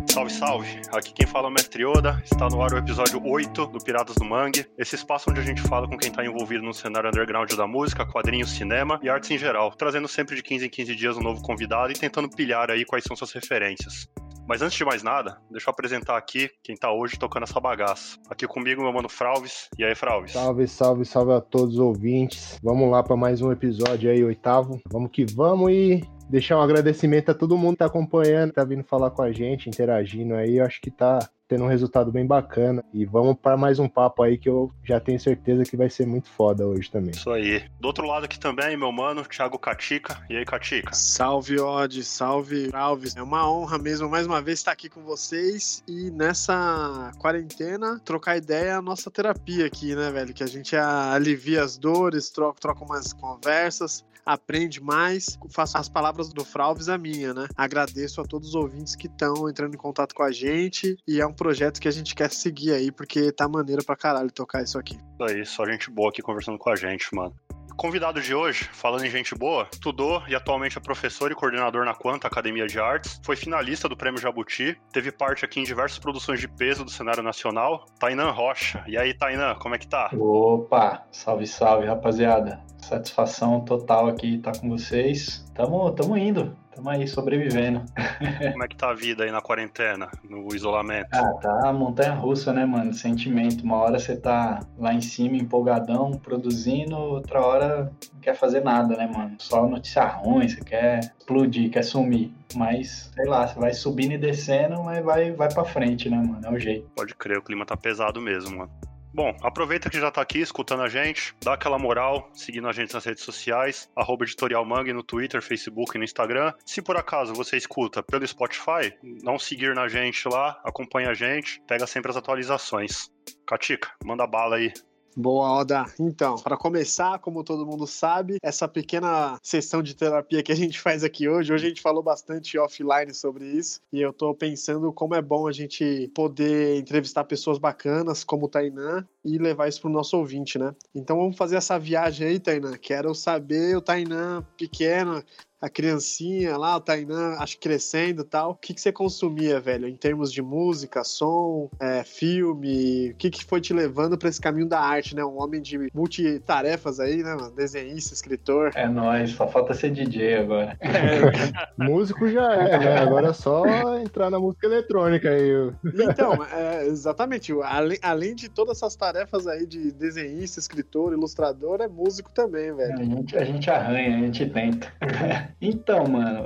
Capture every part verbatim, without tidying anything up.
Salve, salve! Aqui quem fala é o Mestre Yoda, está no ar o episódio oito do Piratas do Mangue, esse espaço onde a gente fala com quem está envolvido no cenário underground da música, quadrinhos, cinema e artes em geral, trazendo sempre de quinze em quinze dias um novo convidado e tentando pilhar aí quais são suas referências. Mas antes de mais nada, deixa eu apresentar aqui quem tá hoje tocando essa bagaça. Aqui comigo, meu mano Fralves. E aí, Fralves? Salve, salve, salve a todos os ouvintes. Vamos lá para mais um episódio aí, oitavo. Vamos que vamos e deixar um agradecimento a todo mundo que tá acompanhando, tá vindo falar com a gente, interagindo aí. Eu acho que tá tendo um resultado bem bacana. E vamos para mais um papo aí que eu já tenho certeza que vai ser muito foda hoje também. Isso aí. Do outro lado aqui também, meu mano, Thiago Catica. E aí, Catica? Salve, Odd, salve, Alves. É uma honra mesmo, mais uma vez, estar aqui com vocês e nessa quarentena, trocar ideia é a nossa terapia aqui, né, velho? Que a gente alivia as dores, troca, troca umas conversas, aprende mais, faço as palavras do Fralves a minha, né? Agradeço a todos os ouvintes que estão entrando em contato com a gente e é um projeto que a gente quer seguir aí, porque tá maneiro pra caralho tocar isso aqui. Isso aí, só gente boa aqui conversando com a gente, mano. O convidado de hoje, falando em gente boa, estudou e atualmente é professor e coordenador na Quanta Academia de Artes, foi finalista do Prêmio Jabuti, teve parte aqui em diversas produções de peso do cenário nacional, Tainan Rocha. E aí, Tainan, como é que tá? Opa, salve, salve, rapaziada. Satisfação total aqui estar com vocês. Tamo, tamo indo, tamo aí sobrevivendo. Como é que tá a vida aí na quarentena, no isolamento? Ah, tá montanha-russa, né, mano? Sentimento. Uma hora você tá lá em cima, empolgadão, produzindo, outra hora não quer fazer nada, né, mano? Só notícia ruim, você quer explodir, quer sumir. Mas, sei lá, você vai subindo e descendo, mas vai, vai pra frente, né, mano? É o jeito. Pode crer, o clima tá pesado mesmo, mano. Bom, aproveita que já tá aqui escutando a gente, dá aquela moral, seguindo a gente nas redes sociais, arroba Editorial Mangue no Twitter, Facebook e no Instagram. Se por acaso você escuta pelo Spotify, não seguir na gente lá, acompanha a gente, pega sempre as atualizações. Catica, manda bala aí. Boa, Oda. Então, para começar, como todo mundo sabe, essa pequena sessão de terapia que a gente faz aqui hoje, hoje a gente falou bastante offline sobre isso, e eu tô pensando como é bom a gente poder entrevistar pessoas bacanas, como o Tainan, e levar isso pro nosso ouvinte, né? Então vamos fazer essa viagem aí, Tainan. Quero saber o Tainan pequeno, a criancinha lá, o Tainan, acho que crescendo e tal. O que, que você consumia, velho? Em termos de música, som, é, filme, o que, que foi te levando pra esse caminho da arte, né? Um homem de multitarefas aí, né, mano? Desenhista, escritor. É nóis, só falta ser D J agora. É, músico já é, né? Agora é só entrar na música eletrônica aí. Então, é, exatamente. Além, além de todas essas tarefas aí de desenhista, escritor, ilustrador, é músico também, velho. A gente, a gente arranha, a gente tenta. Então, mano,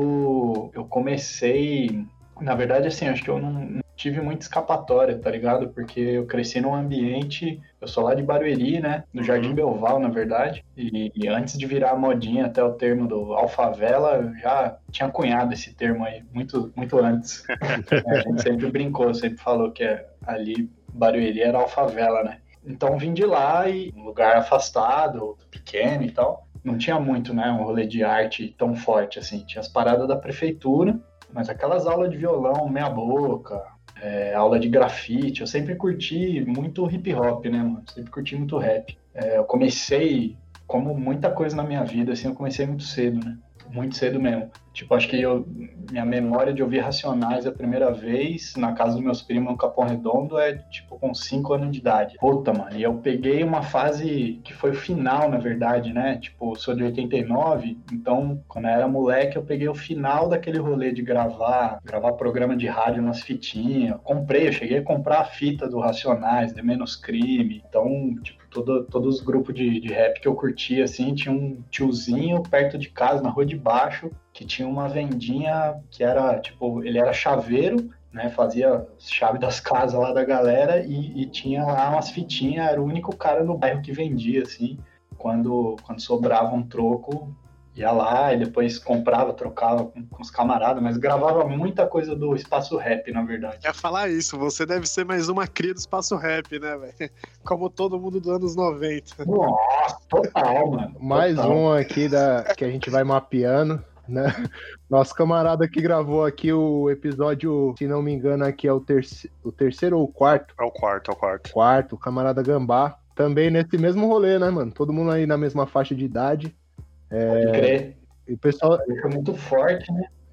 eu, eu comecei... Na verdade, assim, acho que eu não, não tive muita escapatória, tá ligado? Porque eu cresci num ambiente... Eu sou lá de Barueri, né? No Jardim Belval, na verdade. E, e antes de virar modinha até o termo do alfavela, eu já tinha cunhado esse termo aí, muito, muito antes. É, a gente sempre brincou, sempre falou que ali Barueri era alfavela, né? Então vim de lá e um lugar afastado, pequeno e tal. Não tinha muito, né, um rolê de arte tão forte, assim. Tinha as paradas da prefeitura, mas aquelas aulas de violão meia boca, é, aula de grafite, eu sempre curti muito hip hop, né, mano? Sempre curti muito rap. É, eu comecei, como muita coisa na minha vida, assim, eu comecei muito cedo, né? Muito cedo mesmo. Tipo, acho que eu, minha memória de ouvir Racionais a primeira vez na casa dos meus primos no Capão Redondo é, tipo, com cinco anos de idade. Puta, mano, e eu peguei uma fase que foi o final, na verdade, né? Tipo, eu sou de oitenta e nove, então, quando eu era moleque, eu peguei o final daquele rolê de gravar, gravar programa de rádio nas fitinhas. Eu comprei, eu cheguei a comprar a fita do Racionais, de Menos Crime. Então, tipo, todo, todos os grupos de, de rap que eu curtia, assim, tinha um tiozinho perto de casa, na rua de baixo, que tinha uma vendinha que era, tipo, ele era chaveiro, né, fazia chave das casas lá da galera e, e tinha lá umas fitinhas, era o único cara no bairro que vendia, assim, quando, quando sobrava um troco, ia lá e depois comprava, trocava com, com os camaradas, mas gravava muita coisa do Espaço Rap, na verdade. Quer falar isso, você deve ser mais uma cria do Espaço Rap, né, velho? Como todo mundo dos anos noventa. Nossa, total, mano. Mais total. um aqui da, que a gente vai mapeando, né? Nosso camarada que gravou aqui o episódio, se não me engano, aqui é o, terci- o terceiro ou o quarto? É o quarto, é o quarto. Quarto, o camarada Gambá. Também nesse mesmo rolê, né, mano? Todo mundo aí na mesma faixa de idade. Pode crer. E o pessoal... Ele foi muito forte, né?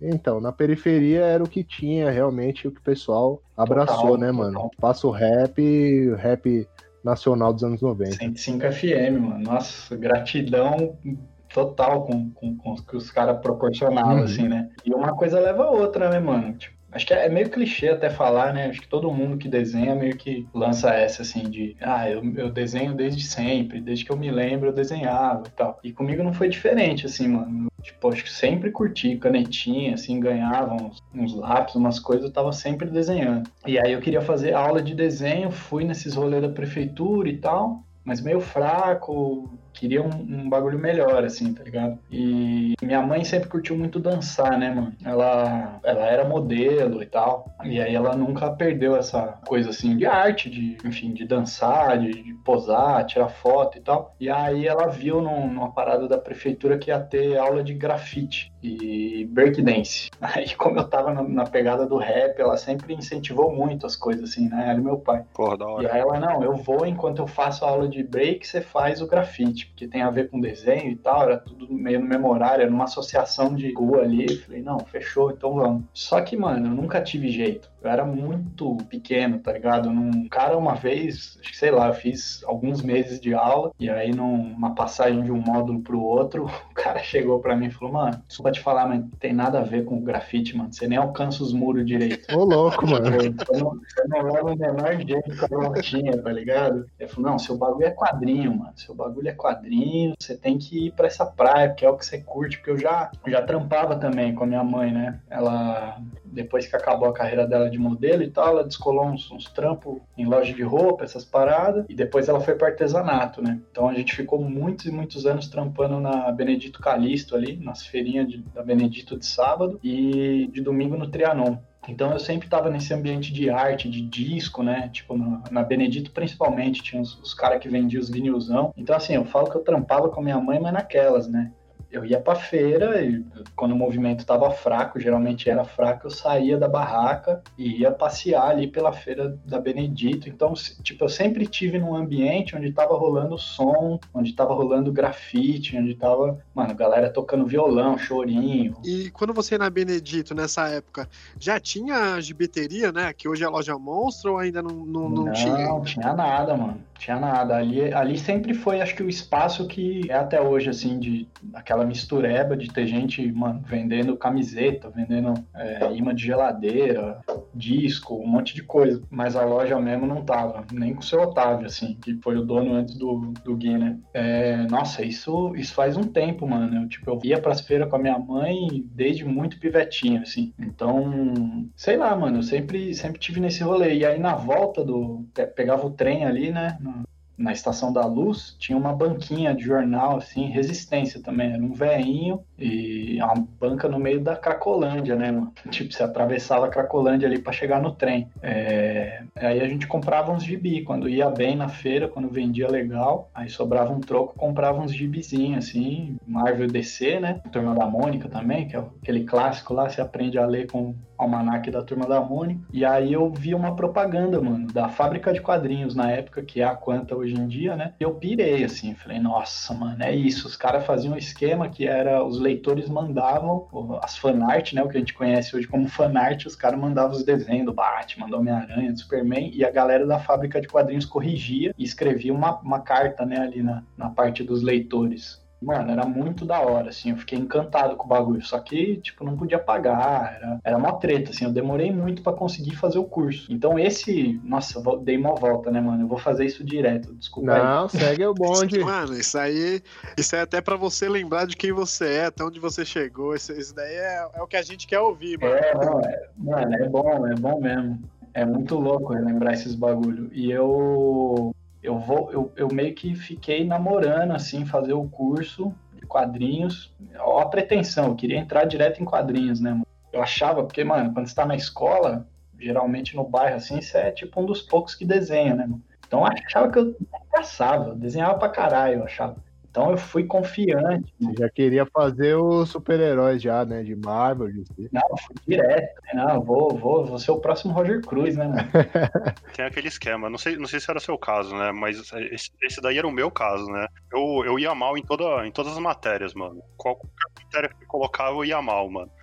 Então, na periferia era o que tinha, realmente, o que o pessoal abraçou, Total, né, total. mano? Passa o rap, o rap nacional dos anos noventa. cento e cinco F M, mano. Nossa, gratidão total com, com, com o que os caras proporcionavam, Uhum. assim, né? E uma coisa leva a outra, né, mano? Tipo, acho que é meio clichê até falar, né? Acho que todo mundo que desenha meio que lança essa, assim, de ah, eu, eu desenho desde sempre, desde que eu me lembro eu desenhava e tal. E comigo não foi diferente, assim, mano. Tipo, acho que sempre curti canetinha, assim, ganhava uns, uns lápis, umas coisas, eu tava sempre desenhando. E aí eu queria fazer aula de desenho, fui nesses rolês da prefeitura e tal, mas meio fraco, queria um, um bagulho melhor, assim, tá ligado? E minha mãe sempre curtiu muito dançar, né, mano? Ela, ela era modelo e tal, e aí ela nunca perdeu essa coisa, assim, de arte, de, enfim, de dançar, de, de posar, tirar foto e tal. E aí ela viu num, numa parada da prefeitura que ia ter aula de grafite e breakdance. Aí, como eu tava na, na pegada do rap, ela sempre incentivou muito as coisas, assim, né? Ela e meu pai. Porra, da hora. E aí ela, não, eu vou enquanto eu faço a aula de break, você faz o grafite, porque tem a ver com desenho e tal, era tudo meio no mesmo horário, era numa associação de rua ali. Eu falei, não, fechou, então vamos. Só que, mano, eu nunca tive jeito. Eu era muito pequeno, tá ligado? Num cara, uma vez, acho que sei lá, eu fiz alguns meses de aula, e aí numa passagem de um módulo pro outro, o cara chegou pra mim e falou, mano, desculpa te falar, mas não tem nada a ver com o grafite, mano. Você nem alcança os muros direito. Ô, louco, mano. Eu não, eu não levo o menor jeito com a voltinha, tá ligado? Ele falou, não, seu bagulho é quadrinho, mano. Seu bagulho é quadrinho, você tem que ir pra essa praia, porque é o que você curte. Porque eu já, já trampava também com a minha mãe, né? Ela, depois que acabou a carreira dela de modelo e tal, ela descolou uns, uns trampos em loja de roupa, essas paradas. E depois ela foi pro artesanato, né? Então a gente ficou muitos e muitos anos trampando na Benedito Calixto ali, nas feirinhas de, da Benedito de sábado e de domingo no Trianon. Então eu sempre estava nesse ambiente de arte, de disco, né? Tipo, na, na Benedito principalmente, tinha os, os caras que vendiam os vinilzão. Então, assim, eu falo que eu trampava com a minha mãe, mas naquelas, né? Eu ia pra feira e quando o movimento tava fraco, geralmente era fraco, eu saía da barraca e ia passear ali pela feira da Benedito. Então, tipo, eu sempre tive num ambiente onde tava rolando som, onde tava rolando grafite, onde tava, mano, galera tocando violão, chorinho. E quando você ia na Benedito, nessa época, já tinha gibeteria, né? Que hoje é a Loja Monstro ou ainda não, não, não, não tinha? Não, tinha nada, mano. Tinha nada. Ali, ali sempre foi, acho que o espaço que é até hoje, assim, de aquela mistureba de ter gente, mano, vendendo camiseta, vendendo é, imã de geladeira, disco, um monte de coisa. Mas a loja mesmo não tava, nem com o seu Otávio, assim, que foi o dono antes do, do Gui, né? É, nossa, isso, isso faz um tempo, mano. Eu, tipo, eu ia pras feiras com a minha mãe desde muito pivetinho, assim. Então, sei lá, mano, eu sempre, sempre tive nesse rolê. E aí na volta do... pegava o trem ali, né? Na Estação da Luz, tinha uma banquinha de jornal, assim, Resistência também, era um veinho e uma banca no meio da Cracolândia, né, mano? Tipo, você atravessava a Cracolândia ali pra chegar no trem. É... Aí a gente comprava uns gibi, quando ia bem na feira, quando vendia legal, aí sobrava um troco, comprava uns gibizinhos, assim, Marvel D C, né? Turma da Mônica também, que é aquele clássico lá, você aprende a ler com almanaque da Turma da Mônica. E aí eu vi uma propaganda, mano, da fábrica de quadrinhos na época, que é a Quanta hoje em dia, né? Eu pirei, assim, falei, nossa, mano, é isso. Os caras faziam um esquema que era, os leitores mandavam as fanart, né? O que a gente conhece hoje como fanart, os caras mandavam os desenhos do Batman, do Homem-Aranha, do Superman, e a galera da fábrica de quadrinhos corrigia e escrevia uma, uma carta, né, ali na, na parte dos leitores. Mano, era muito da hora, assim, eu fiquei encantado com o bagulho, só que, tipo, não podia pagar, era, era uma treta, assim, eu demorei muito pra conseguir fazer o curso. Então esse, nossa, eu dei uma volta, né, mano, eu vou fazer isso direto, desculpa aí. Não, segue o bonde. Mano, isso aí, isso é até pra você lembrar de quem você é, até onde você chegou, isso, isso daí é, é o que a gente quer ouvir, mano. É, não, é, mano, é bom, é bom mesmo, é muito louco lembrar esses bagulho, e eu... Eu, vou, eu, eu meio que fiquei namorando, assim, fazer o curso de quadrinhos. Ó a pretensão, eu queria entrar direto em quadrinhos, né, mano? Eu achava, porque, mano, quando você tá na escola, geralmente no bairro, assim, você é tipo um dos poucos que desenha, né, mano? Então eu achava que eu caçava, eu desenhava pra caralho, eu achava. Então eu fui confiante. Você já queria fazer os super-heróis já, né? De Marvel, de si. Não, fui direto. Não, vou, vou, vou ser o próximo Roger Cruz, né, mano? Tem aquele esquema, não sei, não sei se era o seu caso, né? Mas esse, esse daí era o meu caso, né? Eu, eu ia mal em, toda, em todas as matérias, mano. Qualquer matéria que eu colocava, eu ia mal, mano.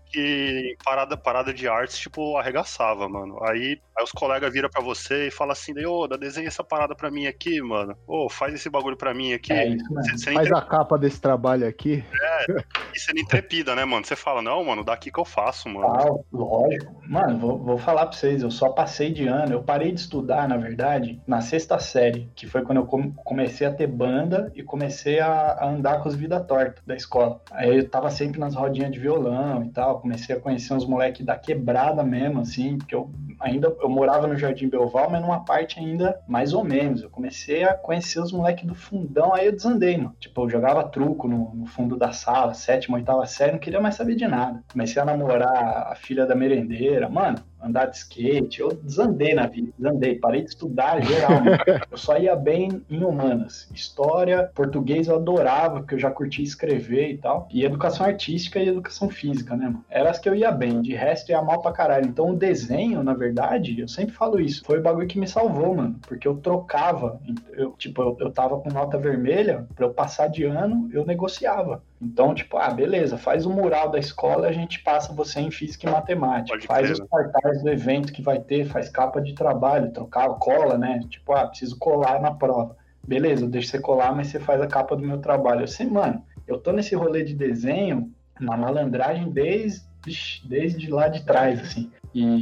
que parada, parada de artes, tipo, arregaçava, mano. Aí, aí os colegas viram pra você e falam assim, ô, Oda, desenha essa parada pra mim aqui, mano. Ô, faz esse bagulho pra mim aqui. É isso mesmo. Você, você Faz intre... a capa desse trabalho aqui. É, e você não intrepida, né, mano? Você fala, não, mano, daqui que eu faço, mano. Ah, lógico. Mano, vou, vou falar pra vocês, eu só passei de ano. Eu parei de estudar, na verdade, na sexta série, que foi quando eu com- comecei a ter banda e comecei a, a andar com os vida torta da escola. Aí eu tava sempre nas rodinhas de violão e tal, comecei a conhecer uns moleques da quebrada mesmo, assim, porque eu ainda eu morava no Jardim Belval, mas numa parte ainda mais ou menos. Eu comecei a conhecer os moleques do fundão, aí eu desandei, mano. Tipo, eu jogava truco no, no fundo da sala, sétima, oitava série, não queria mais saber de nada. Comecei a namorar a filha da merendeira, mano, andar de skate, eu desandei na vida, desandei, parei de estudar geral, mano. Eu só ia bem em humanas, história, português eu adorava, porque eu já curtia escrever e tal, e educação artística e educação física, né, mano? Eram as que eu ia bem, de resto ia mal pra caralho. Então o desenho, na verdade, eu sempre falo isso, foi o bagulho que me salvou, mano, porque eu trocava, eu, tipo, eu, eu tava com nota vermelha, pra eu passar de ano, eu negociava. Então, tipo, ah, beleza, faz o mural da escola, a gente passa você em física e matemática. Pode faz crer, os né? cartazes do evento que vai ter, faz capa de trabalho, trocar cola, né? Tipo, ah, preciso colar na prova. Beleza, eu deixo você colar, mas você faz a capa do meu trabalho. Eu sei, mano, eu tô nesse rolê de desenho, na malandragem desde, vixi, desde lá de trás, assim.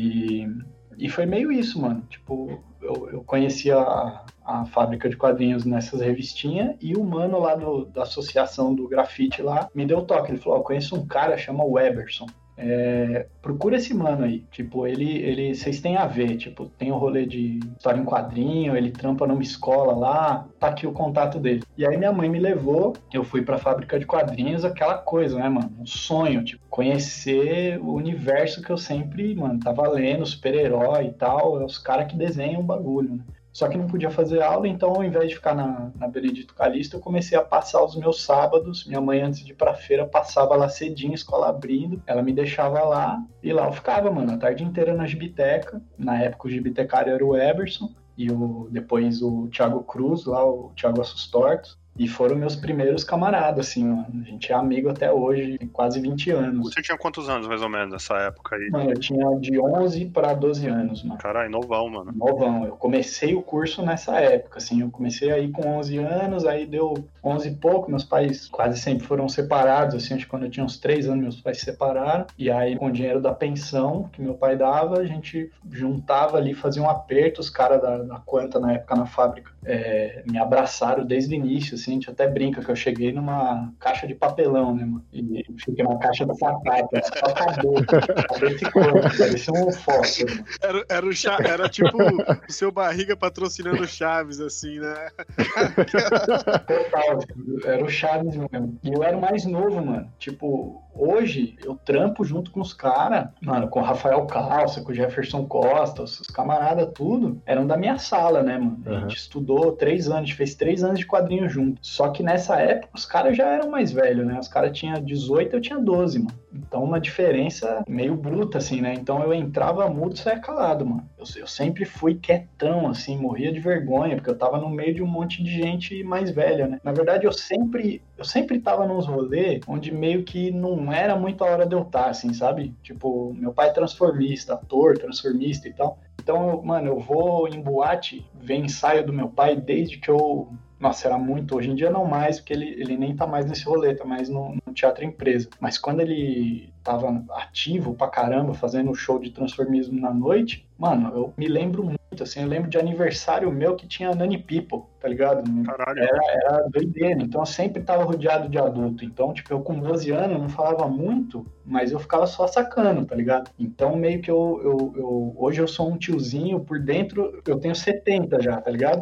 E, e foi meio isso, mano. Tipo, eu, eu conhecia a, a fábrica de quadrinhos nessas revistinhas e o mano lá do, da associação do grafite lá me deu toque. Ele falou, ó, conheço um cara, chama Weberson. É, procura esse mano aí, tipo, ele, ele, vocês têm a ver, tipo, tem o rolê de história em quadrinho, ele trampa numa escola lá, tá aqui o contato dele. E aí minha mãe me levou, eu fui pra fábrica de quadrinhos, aquela coisa, né, mano, um sonho, tipo, conhecer o universo que eu sempre, mano, tava lendo, super-herói e tal, é os caras que desenham o bagulho, né. Só que não podia fazer aula, então ao invés de ficar na, na Benedito Calixto, eu comecei a passar os meus sábados. Minha mãe, antes de ir pra feira, passava lá cedinho, escola abrindo. Ela me deixava lá e lá eu ficava, mano, a tarde inteira na gibiteca. Na época o gibitecário era o Eberson e o, depois o Thiago Cruz, lá o Thiago Assustortos. E foram meus primeiros camaradas, assim, mano. A gente é amigo até hoje, tem quase vinte anos. Você tinha quantos anos, mais ou menos, nessa época aí? Mano, eu tinha de onze para doze anos, mano. Caralho, novão, mano. Novão. Eu comecei o curso nessa época, assim. Eu comecei aí com onze anos, aí deu onze e pouco. Meus pais quase sempre foram separados, assim. Acho que quando eu tinha uns três anos, meus pais se separaram. E aí, com o dinheiro da pensão que meu pai dava, a gente juntava ali, fazia um aperto. Os caras da, da Quanta, na época, na fábrica, é, me abraçaram desde o início, assim. A gente até brinca que eu cheguei numa caixa de papelão, né, mano? E fiquei na caixa da sapato. Só acabou. Acabou esse corpo. Parecia um fósforo, mano. Era, era, o cha... era tipo o seu barriga patrocinando o Chaves, assim, né? Total, era o Chaves mesmo. E eu era o mais novo, mano. Tipo, hoje eu trampo junto com os caras, mano, com o Rafael Calça, com o Jefferson Costa, os camaradas, tudo, eram da minha sala, né, mano? A gente estudou três anos, a gente fez três anos de quadrinho junto. Só que nessa época os caras já eram mais velhos, né? Os caras tinham dezoito, eu tinha doze, mano. Então uma diferença meio bruta, assim, né? Então eu entrava mudo e saia calado, mano. Eu, eu sempre fui quietão, assim, morria de vergonha, porque eu tava no meio de um monte de gente mais velha, né? Na verdade, eu sempre, eu sempre tava nos rolês onde meio que não era muito a hora de eu estar, assim, sabe? Tipo, meu pai é transformista, ator, transformista e tal. Então, eu, mano, eu vou em boate, ver ensaio do meu pai desde que eu... Nossa, era muito. Hoje em dia não mais, porque ele, ele nem tá mais nesse rolê, tá mais no, no teatro empresa. Mas quando ele tava ativo pra caramba, fazendo show de transformismo na noite, mano, eu me lembro muito, assim, eu lembro de aniversário meu que tinha Nani People, tá ligado? Caralho. Era, era doideira, então eu sempre tava rodeado de adulto. Então, tipo, eu com doze anos não falava muito, mas eu ficava só sacando, tá ligado? Então, meio que eu, eu, eu hoje eu sou um tiozinho, por dentro eu tenho setenta já, tá ligado?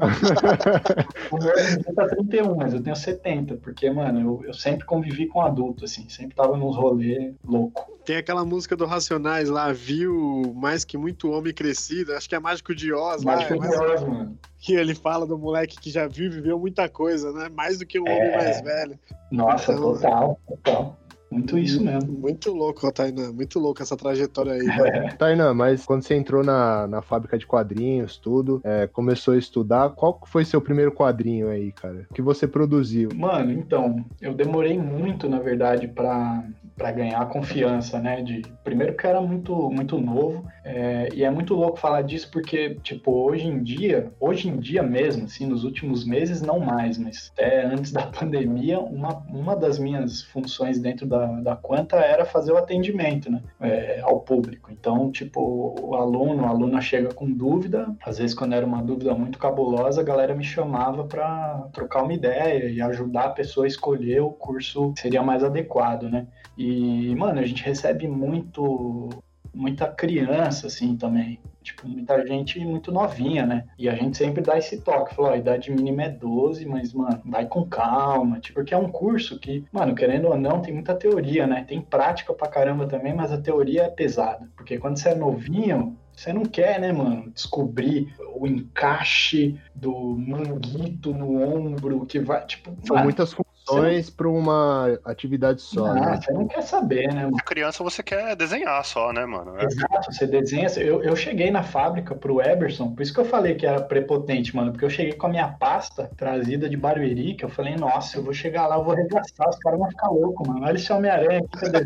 O meu tá trinta e um, mas eu tenho setenta, porque, mano, eu, eu sempre convivi com adulto, assim, sempre tava nos rolês louco. Tem aquela música do Racionais lá, viu mais que muito homem crescido, acho que é Mágico de Oz lá. Mágico de Oz, mano. Que ele fala do moleque que já viu, viveu muita coisa, né? Mais do que um É. homem mais velho. Nossa, Então, total, total. Muito isso mesmo. Muito louco, Tainan, muito louco essa trajetória aí, mano. Tainan, mas quando você entrou na, na fábrica de quadrinhos, tudo, é, começou a estudar, qual foi seu primeiro quadrinho aí, cara? O que você produziu? Mano, então, eu demorei muito, na verdade, pra, para ganhar a confiança, né? De, primeiro que eu era muito, muito novo, é, e é muito louco falar disso porque, tipo, hoje em dia, hoje em dia mesmo, assim, nos últimos meses, não mais, mas até antes da pandemia, uma, uma das minhas funções dentro da, da Quanta era fazer o atendimento, né? É, ao público. Então, tipo, o aluno, a aluna chega com dúvida, às vezes quando era uma dúvida muito cabulosa, a galera me chamava para trocar uma ideia e ajudar a pessoa a escolher o curso que seria mais adequado, né? E, mano, a gente recebe muito, muita criança, assim, também. Tipo, muita gente muito novinha, né? E a gente sempre dá esse toque. Falou, ó, a idade mínima é doze, mas, mano, vai com calma. Tipo, porque é um curso que, mano, querendo ou não, tem muita teoria, né? Tem prática pra caramba também, mas a teoria é pesada. Porque quando você é novinho, você não quer, né, mano, descobrir o encaixe do manguito no ombro, que vai, tipo... São mano, muitas funções para uma atividade só, não, né? você não quer saber, né, mano? A criança você quer desenhar só, né, mano? É. Exato, você desenha. Eu, eu cheguei na fábrica pro Eberson, por isso que eu falei que era prepotente, mano, porque eu cheguei com a minha pasta trazida de Barueri, que eu falei, nossa, eu vou chegar lá, eu vou arregaçar, os caras vão ficar loucos, mano. Olha esse Homem-Aranha aqui que eu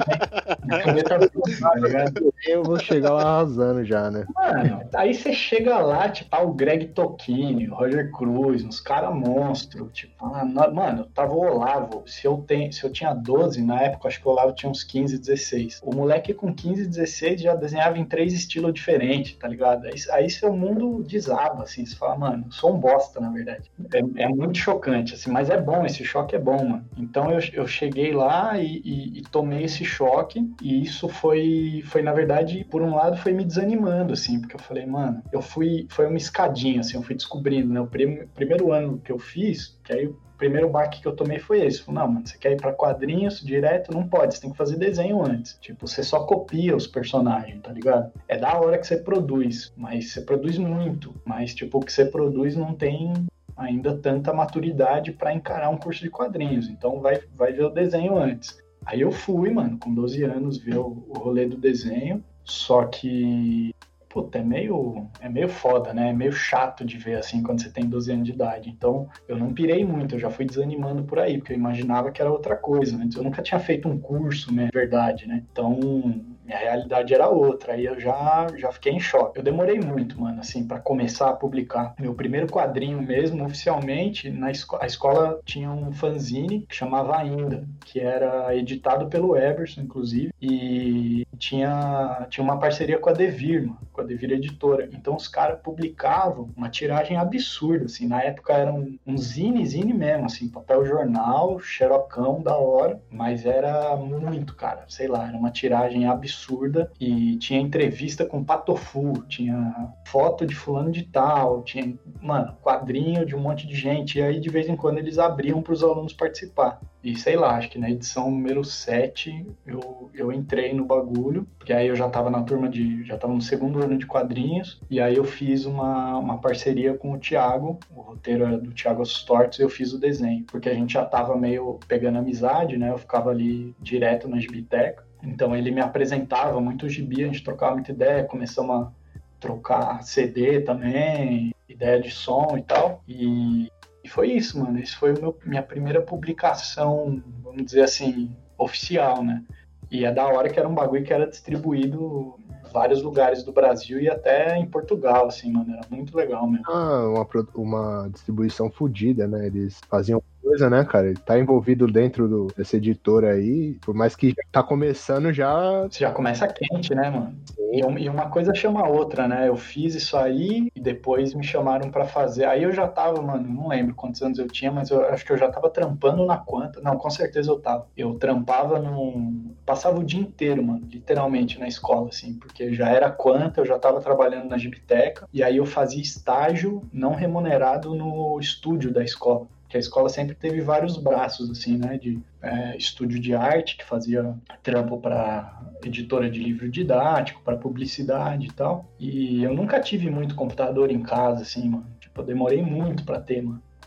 desenho. Tá ligado? Eu vou chegar lá arrasando já, né? Mano, aí você chega lá, tipo, ah, o Greg Tocchini, o Roger Cruz, uns caras monstros, tipo, ah, não, mano, tava o Olavo, se eu, tenho, se eu tinha doze, na época, acho que o Olavo tinha uns quinze, dezesseis. O moleque com quinze, dezesseis já desenhava em três estilos diferentes, tá ligado? Aí, aí seu mundo desaba, assim, você fala, mano, eu sou um bosta, na verdade. É, é muito chocante, assim, mas é bom, esse choque é bom, mano. Então eu, eu cheguei lá e, e, e tomei esse choque, e isso foi, foi, na verdade, por um lado, foi me desanimando, assim, porque eu falei, mano, eu fui, foi uma escadinha, assim, eu fui descobrindo, né? O prim, primeiro ano que eu fiz, que aí o primeiro baque que eu tomei foi esse. Falei, não, mano, você quer ir pra quadrinhos direto? Não pode, você tem que fazer desenho antes. Tipo, você só copia os personagens, tá ligado? É da hora que você produz, mas você produz muito, mas, tipo, o que você produz não tem ainda tanta maturidade pra encarar um curso de quadrinhos, então vai, vai ver o desenho antes. Aí eu fui, mano, com doze anos, ver o, o rolê do desenho, só que, puta, é meio, é meio foda, né? É meio chato de ver, assim, quando você tem doze anos de idade. Então, eu não pirei muito, eu já fui desanimando por aí, porque eu imaginava que era outra coisa, né? Eu nunca tinha feito um curso, né? Verdade, né? Então, minha realidade era outra, aí eu já, já fiquei em choque. Eu demorei muito, mano, assim, pra começar a publicar. Meu primeiro quadrinho mesmo, oficialmente, na esco- a escola tinha um fanzine que chamava Ainda, que era editado pelo Eberson, inclusive, e tinha, tinha uma parceria com a Devir, mano, com a Devir Editora. Então os caras publicavam uma tiragem absurda, assim, na época era um, um zine, zine mesmo, assim, papel jornal, xerocão, da hora, mas era muito, cara, sei lá, era uma tiragem absurda e tinha entrevista com Patofu, tinha foto de fulano de tal, tinha, mano, quadrinho de um monte de gente, e aí de vez em quando eles abriam para os alunos participar. E sei lá, acho que na edição número sete eu, eu entrei no bagulho, porque aí eu já tava na turma de, já tava no segundo ano de quadrinhos, e aí eu fiz uma, uma parceria com o Thiago, o roteiro era do Thiago Assustortes, e eu fiz o desenho, porque a gente já tava meio pegando amizade, né, eu ficava ali direto na gibiteca, então ele me apresentava muito gibi, a gente trocava muita ideia, começamos a trocar C D também, ideia de som e tal, e E foi isso, mano. Isso foi meu, minha primeira publicação, vamos dizer assim, oficial, né? E é da hora que era um bagulho que era distribuído em vários lugares do Brasil e até em Portugal, assim, mano. Era muito legal mesmo. Ah, uma, pro- uma distribuição fodida, né? Eles faziam coisa, né, cara? Ele tá envolvido dentro do, dessa editora aí, por mais que já tá começando já. Você já começa quente, né, mano? E, um- e uma coisa chama a outra, né? Eu fiz isso aí e depois me chamaram pra fazer. Aí eu já tava, mano, não lembro quantos anos eu tinha, mas eu acho que eu já tava trampando na Quanta. Não, com certeza eu tava. Eu trampava num... Passava o dia inteiro, mano, literalmente na escola, assim, porque já era Quanta, eu já tava trabalhando na gibiteca, e aí eu fazia estágio não remunerado no estúdio da escola. Que a escola sempre teve vários braços, assim, né, de é, estúdio de arte, que fazia trampo para editora de livro didático, para publicidade e tal. E eu nunca tive muito computador em casa, assim, mano. Tipo, eu demorei muito para ter, mano.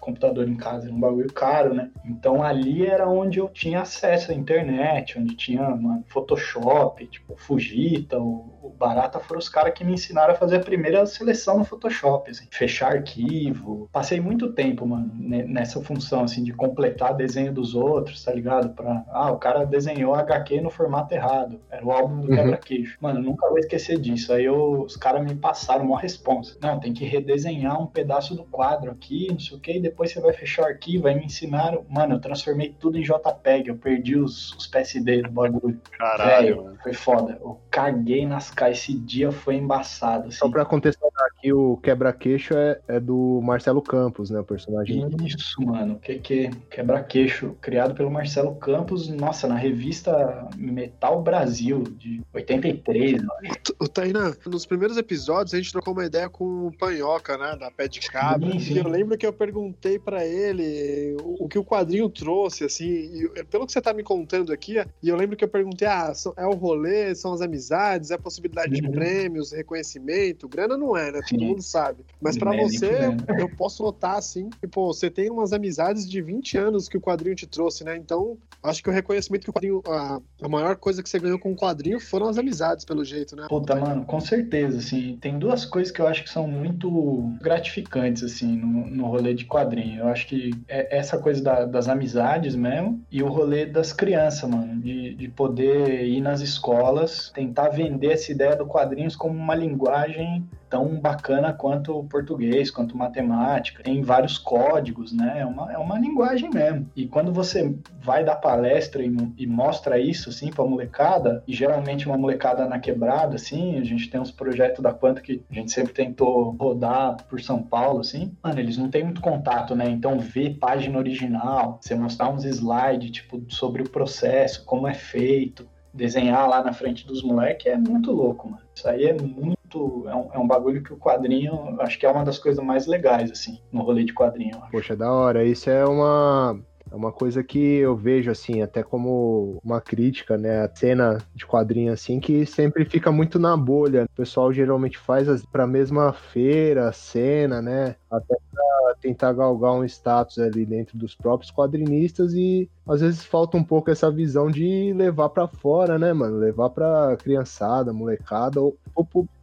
computador em casa, era um bagulho caro, né? Então ali era onde eu tinha acesso à internet, onde tinha, mano, Photoshop, tipo, Fujita, o, o Barata foram os caras que me ensinaram a fazer a primeira seleção no Photoshop, assim, fechar arquivo. Passei muito tempo, mano, nessa função, assim, de completar desenho dos outros, tá ligado? Pra, ah, o cara desenhou H Q no formato errado, era o álbum do Uhum. quebra-queixo. Mano, nunca vou esquecer disso. Aí eu, os caras me passaram uma responsa. Não, tem que redesenhar um pedaço do quadro aqui, não sei o que, e depois você vai fechar o arquivo, aí me ensinaram. Mano, eu transformei tudo em JPEG, eu perdi os, os P S D do bagulho. Caralho, Véio, foi foda. Eu caguei nas caras, esse dia foi embaçado, assim. Só pra contextualizar aqui, o quebra-queixo é, é do Marcelo Campos, né, o personagem. Isso, mano, que que quebra-queixo, criado pelo Marcelo Campos, nossa, na revista Metal Brasil, de oitenta e três, O Tainá, nos primeiros episódios a gente trocou uma ideia com o Panhoca, né, da Pé de Cabra, Sim, sim. e eu lembro que eu perguntei pra ele o, o que o quadrinho trouxe, assim, e pelo que você tá me contando aqui, e eu lembro que eu perguntei, ah, é o rolê, são as amizades, é a possibilidade Uhum. de prêmios, reconhecimento, grana não é, né, todo Sim. mundo sabe, mas pra Não é nem você, fudendo. eu posso notar, assim, que, pô, você tem umas amizades de vinte anos que o quadrinho te trouxe, né, então, acho que o reconhecimento que o quadrinho, a, a maior coisa que você ganhou com o quadrinho foram as amizades, pelo jeito, né? Puta, mano, com certeza, assim, tem duas coisas que eu acho que são muito gratificantes, assim, no, no rolê de quadrinho. Eu acho que é essa coisa da- das amizades mesmo e o rolê das crianças, mano, de, de poder ir nas escolas, tentar vender essa ideia do quadrinhos como uma linguagem tão bacana quanto o português, quanto matemática. Tem vários códigos, né? É uma, é uma linguagem mesmo. E quando você vai dar palestra e, e mostra isso, assim, pra molecada, e geralmente uma molecada na quebrada, assim, a gente tem uns projetos da Quanta que a gente sempre tentou rodar por São Paulo, assim, mano, eles não têm muito contato, né? Então, ver página original, você mostrar uns slides, tipo, sobre o processo, como é feito, desenhar lá na frente dos moleques é muito louco, mano. Isso aí é muito... É um, é um bagulho que o quadrinho, acho que é uma das coisas mais legais, assim, no rolê de quadrinho. Eu acho. Poxa, da hora. Isso é uma, é uma coisa que eu vejo, assim, até como uma crítica, né? A cena de quadrinho, assim, que sempre fica muito na bolha. O pessoal geralmente faz as, pra mesma feira, cena, né? Até pra tentar galgar um status ali dentro dos próprios quadrinistas e às vezes falta um pouco essa visão de levar pra fora, né, mano? Levar pra criançada, molecada, ou o público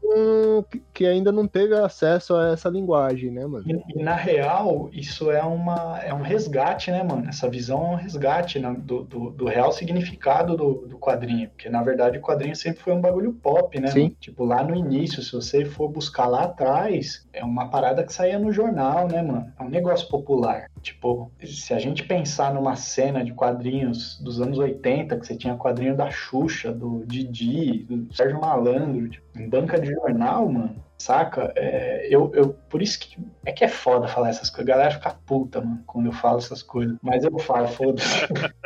que ainda não teve acesso a essa linguagem, né, mano? E, e na real, isso é, uma, é um resgate, né, mano? Essa visão é um resgate, né, do, do, do real significado do, do quadrinho. Porque, na verdade, o quadrinho sempre foi um bagulho pop, né, Sim. mano? Tipo, lá no início, se você for buscar lá atrás, é uma parada que saía no jornal, né, mano? É um negócio popular. Tipo, se a gente pensar numa cena de quadrinhos dos anos oitenta, que você tinha quadrinho da Xuxa, do Didi, do Sérgio Malandro, tipo, em banca de jornal, mano, saca? É, eu, eu, por isso que é que é foda falar essas coisas. A galera fica puta, mano, quando eu falo essas coisas. Mas eu falo, foda-se.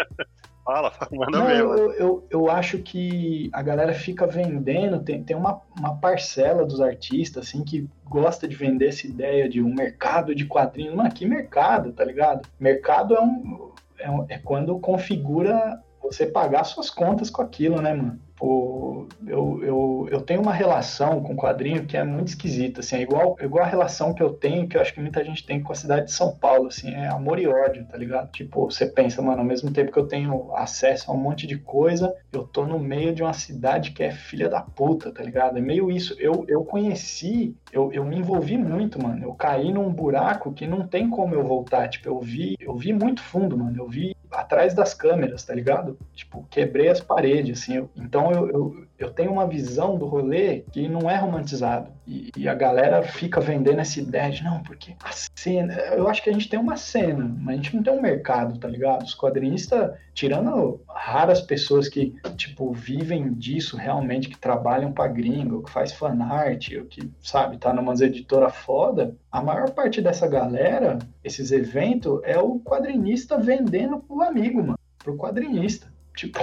Fala, manda Não, mesmo. eu, eu, eu acho que a galera fica vendendo, tem, tem uma, uma parcela dos artistas, assim, que gosta de vender essa ideia de um mercado de quadrinhos. Mano, que mercado, tá ligado? Mercado é, um, é, um, é quando configura você pagar suas contas com aquilo, né, mano? Pô, eu, eu, eu tenho uma relação com quadrinho que é muito esquisita, assim, é igual, igual a relação que eu tenho, que eu acho que muita gente tem com a cidade de São Paulo, assim, é amor e ódio, tá ligado? Tipo, você pensa, mano, ao mesmo tempo que eu tenho acesso a um monte de coisa, eu tô no meio de uma cidade que é filha da puta, tá ligado? É meio isso. Eu, eu conheci, eu, eu me envolvi muito, mano, eu caí num buraco que não tem como eu voltar, tipo, eu vi, eu vi muito fundo, mano, eu vi atrás das câmeras, tá ligado? Tipo, quebrei as paredes, assim, eu, então eu, eu, eu tenho uma visão do rolê que não é romantizado. E, e a galera fica vendendo essa ideia de, não, porque a cena... Eu acho que a gente tem uma cena, mas a gente não tem um mercado, tá ligado? Os quadrinistas, tirando raras pessoas que, tipo, vivem disso realmente, que trabalham pra gringo, que faz fanart, ou que, sabe, tá numa editora foda, a maior parte dessa galera, esses eventos, é o quadrinista vendendo pro amigo, mano, pro quadrinista. Tipo,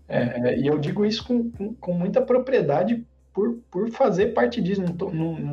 é, e eu digo isso com, com, com muita propriedade por, por fazer parte disso. Não, tô, não, não,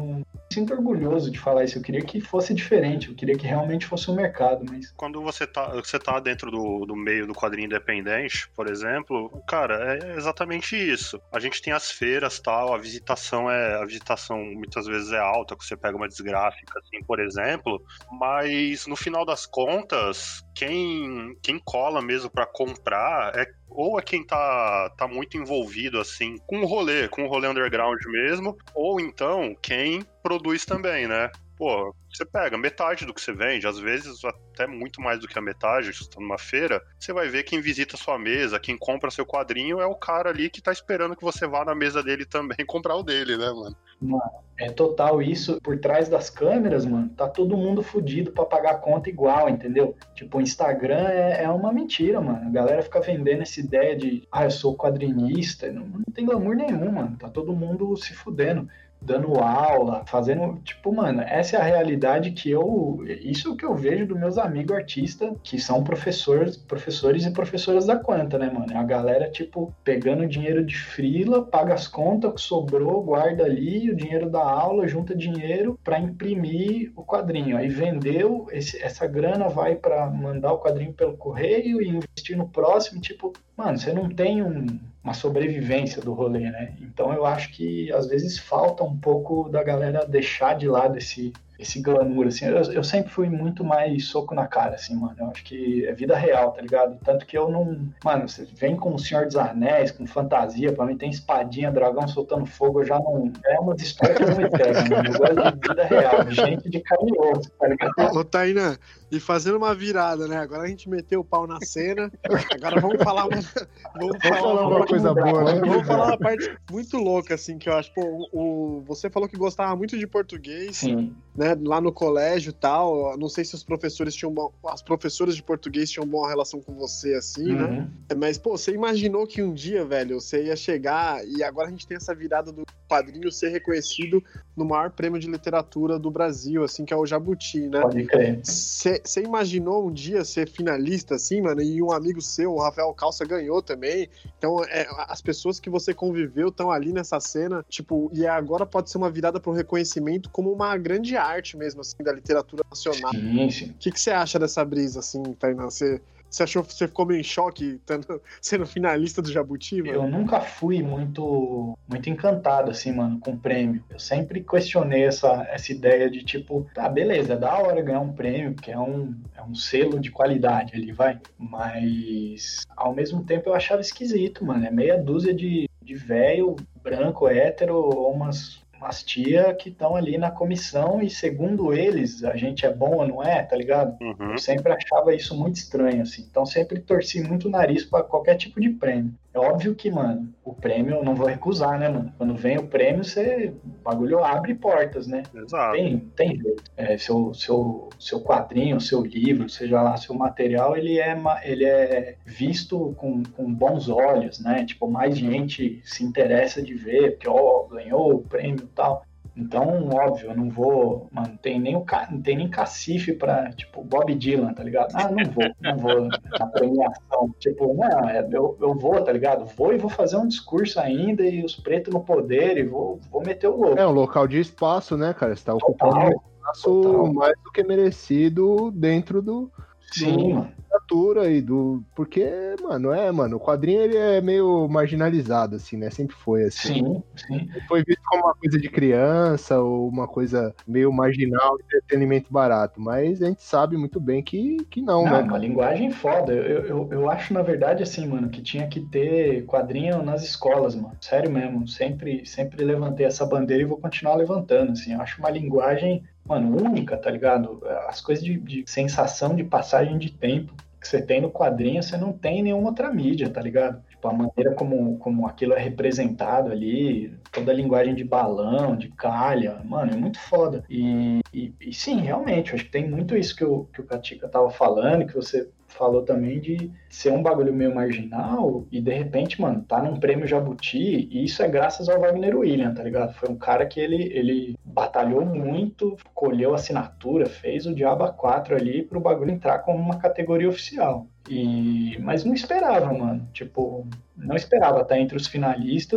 sinto orgulhoso de falar isso. Eu queria que fosse diferente, eu queria que realmente fosse um mercado, mas... Quando você tá, você tá dentro do, do meio do quadrinho independente, por exemplo, cara, é exatamente isso. A gente tem as feiras, tal, a visitação é... A visitação muitas vezes é alta, que você pega uma desgráfica, assim, por exemplo, mas no final das contas, quem, quem cola mesmo pra comprar é ou é quem tá, tá muito envolvido, assim, com o rolê, com o rolê underground mesmo, ou então quem produz também, né? Pô, você pega metade do que você vende, às vezes até muito mais do que a metade, se você tá numa feira, você vai ver quem visita a sua mesa, quem compra seu quadrinho é o cara ali que tá esperando que você vá na mesa dele também comprar o dele, né, mano? Mano, é total isso. Por trás das câmeras, mano, tá todo mundo fudido pra pagar a conta igual, entendeu? Tipo, o Instagram é, é uma mentira, mano. A galera fica vendendo essa ideia de, ah, eu sou quadrinista. Não, não tem glamour nenhum, mano. Tá todo mundo se fudendo, dando aula, fazendo... Tipo, mano, essa é a realidade que eu... Isso é o que eu vejo dos meus amigos artistas, que são professores, professores e professoras da Quanta, né, mano? A galera, tipo, pegando dinheiro de freela, paga as contas, o que sobrou, guarda ali, o dinheiro da aula, junta dinheiro pra imprimir o quadrinho. Aí vendeu, esse, essa grana vai pra mandar o quadrinho pelo correio e investir no próximo, tipo... Mano, você não tem um, uma sobrevivência do rolê, né? Então eu acho que às vezes falta um pouco da galera deixar de lado esse, esse glamour, assim. Eu, eu sempre fui muito mais soco na cara, assim, mano. Eu acho que é vida real, tá ligado? Tanto que eu não... Mano, você vem com o Senhor dos Anéis, com fantasia, pra mim tem espadinha, dragão soltando fogo, eu já não... É umas histórias que eu não me pego, mano. Eu gosto de vida real, de gente de carne e osso, tá ligado? Ô, Tainan, e fazendo uma virada, né? Agora a gente meteu o pau na cena, agora vamos falar uma, vamos Vamos falar uma coisa boa, né? Vamos falar uma parte muito louca, assim, que eu acho, pô, o, o- você falou que gostava muito de português, Sim. né, lá no colégio e tal, não sei se os professores tinham, bom- as professoras de português tinham boa relação com você, assim, né? Uhum. Mas, pô, você imaginou que um dia, velho, você ia chegar e agora a gente tem essa virada do quadrinho ser reconhecido no maior prêmio de literatura do Brasil, assim, que é o Jabuti, né? Pode crer. Você imaginou um dia ser finalista, assim, mano? E um amigo seu, o Rafael Calça, ganhou também. Então, é, as pessoas que você conviveu estão ali nessa cena, tipo, e agora pode ser uma virada pro reconhecimento como uma grande arte mesmo, assim, da literatura nacional. Sim, sim. O que você acha dessa brisa, assim, Tainá? Você achou, você ficou meio em choque tendo, sendo finalista do Jabuti, mano? Eu nunca fui muito, muito encantado, assim, mano, com prêmio. Eu sempre questionei essa, essa ideia de, tipo, tá, beleza, é da hora ganhar um prêmio, porque é um, é um selo de qualidade ali, vai. Mas, ao mesmo tempo, eu achava esquisito, mano. É meia dúzia de, de velho, branco, hétero, ou umas... umas tia que estão ali na comissão e, segundo eles, a gente é bom ou não é, tá ligado? Uhum. Eu sempre achava isso muito estranho, assim. Então, sempre torci muito o nariz pra qualquer tipo de prêmio. É óbvio que, mano, o prêmio eu não vou recusar, né, mano? Quando vem o prêmio, você... o bagulho abre portas, né? Exato. Tem, tem jeito. É, seu, seu, seu quadrinho, seu livro, seja lá, seu material, ele é, ma- ele é visto com, com bons olhos, né? Tipo, mais gente se interessa de ver, porque, ó, ganhou o prêmio e tal. Então, óbvio, eu não vou... Mano, não tem nem, o ca... não tem nem cacife pra, tipo, Bob Dylan, tá ligado? Ah, não vou, não vou na premiação. Tipo, não, é, eu, eu vou, tá ligado? Vou e vou fazer um discurso ainda e os pretos no poder e vou, vou meter o louco. É um local de espaço, né, cara? Você tá ocupando um Total, espaço total. mais do que merecido dentro do Sim, mano. literatura e do... Porque, mano, é, mano, o quadrinho ele é meio marginalizado, assim, né? Sempre foi assim. Sim, sim. Ele foi visto como uma coisa de criança ou uma coisa meio marginal, entretenimento barato. Mas a gente sabe muito bem que, que não, Não, né? uma linguagem foda. Eu, eu, eu acho, na verdade, assim, mano, que tinha que ter quadrinho nas escolas, mano. Sério mesmo. Sempre, sempre levantei essa bandeira e vou continuar levantando, assim. Eu acho uma linguagem, mano, única, tá ligado? As coisas de, de sensação de passagem de tempo que você tem no quadrinho, você não tem em nenhuma outra mídia, tá ligado? Tipo, a maneira como, como aquilo é representado ali, toda a linguagem de balão, de calha, mano, é muito foda. E, e, e sim, realmente, eu acho que tem muito isso que o, que o Katika tava falando, que você falou também de ser um bagulho meio marginal e de repente, mano, tá num prêmio Jabuti e isso é graças ao Wagner William, tá ligado? Foi um cara que ele, ele batalhou muito, colheu assinatura, fez o Diaba quatro ali pro bagulho entrar como uma categoria oficial. E... Mas não esperava, mano. Tipo, não esperava estar entre os finalistas.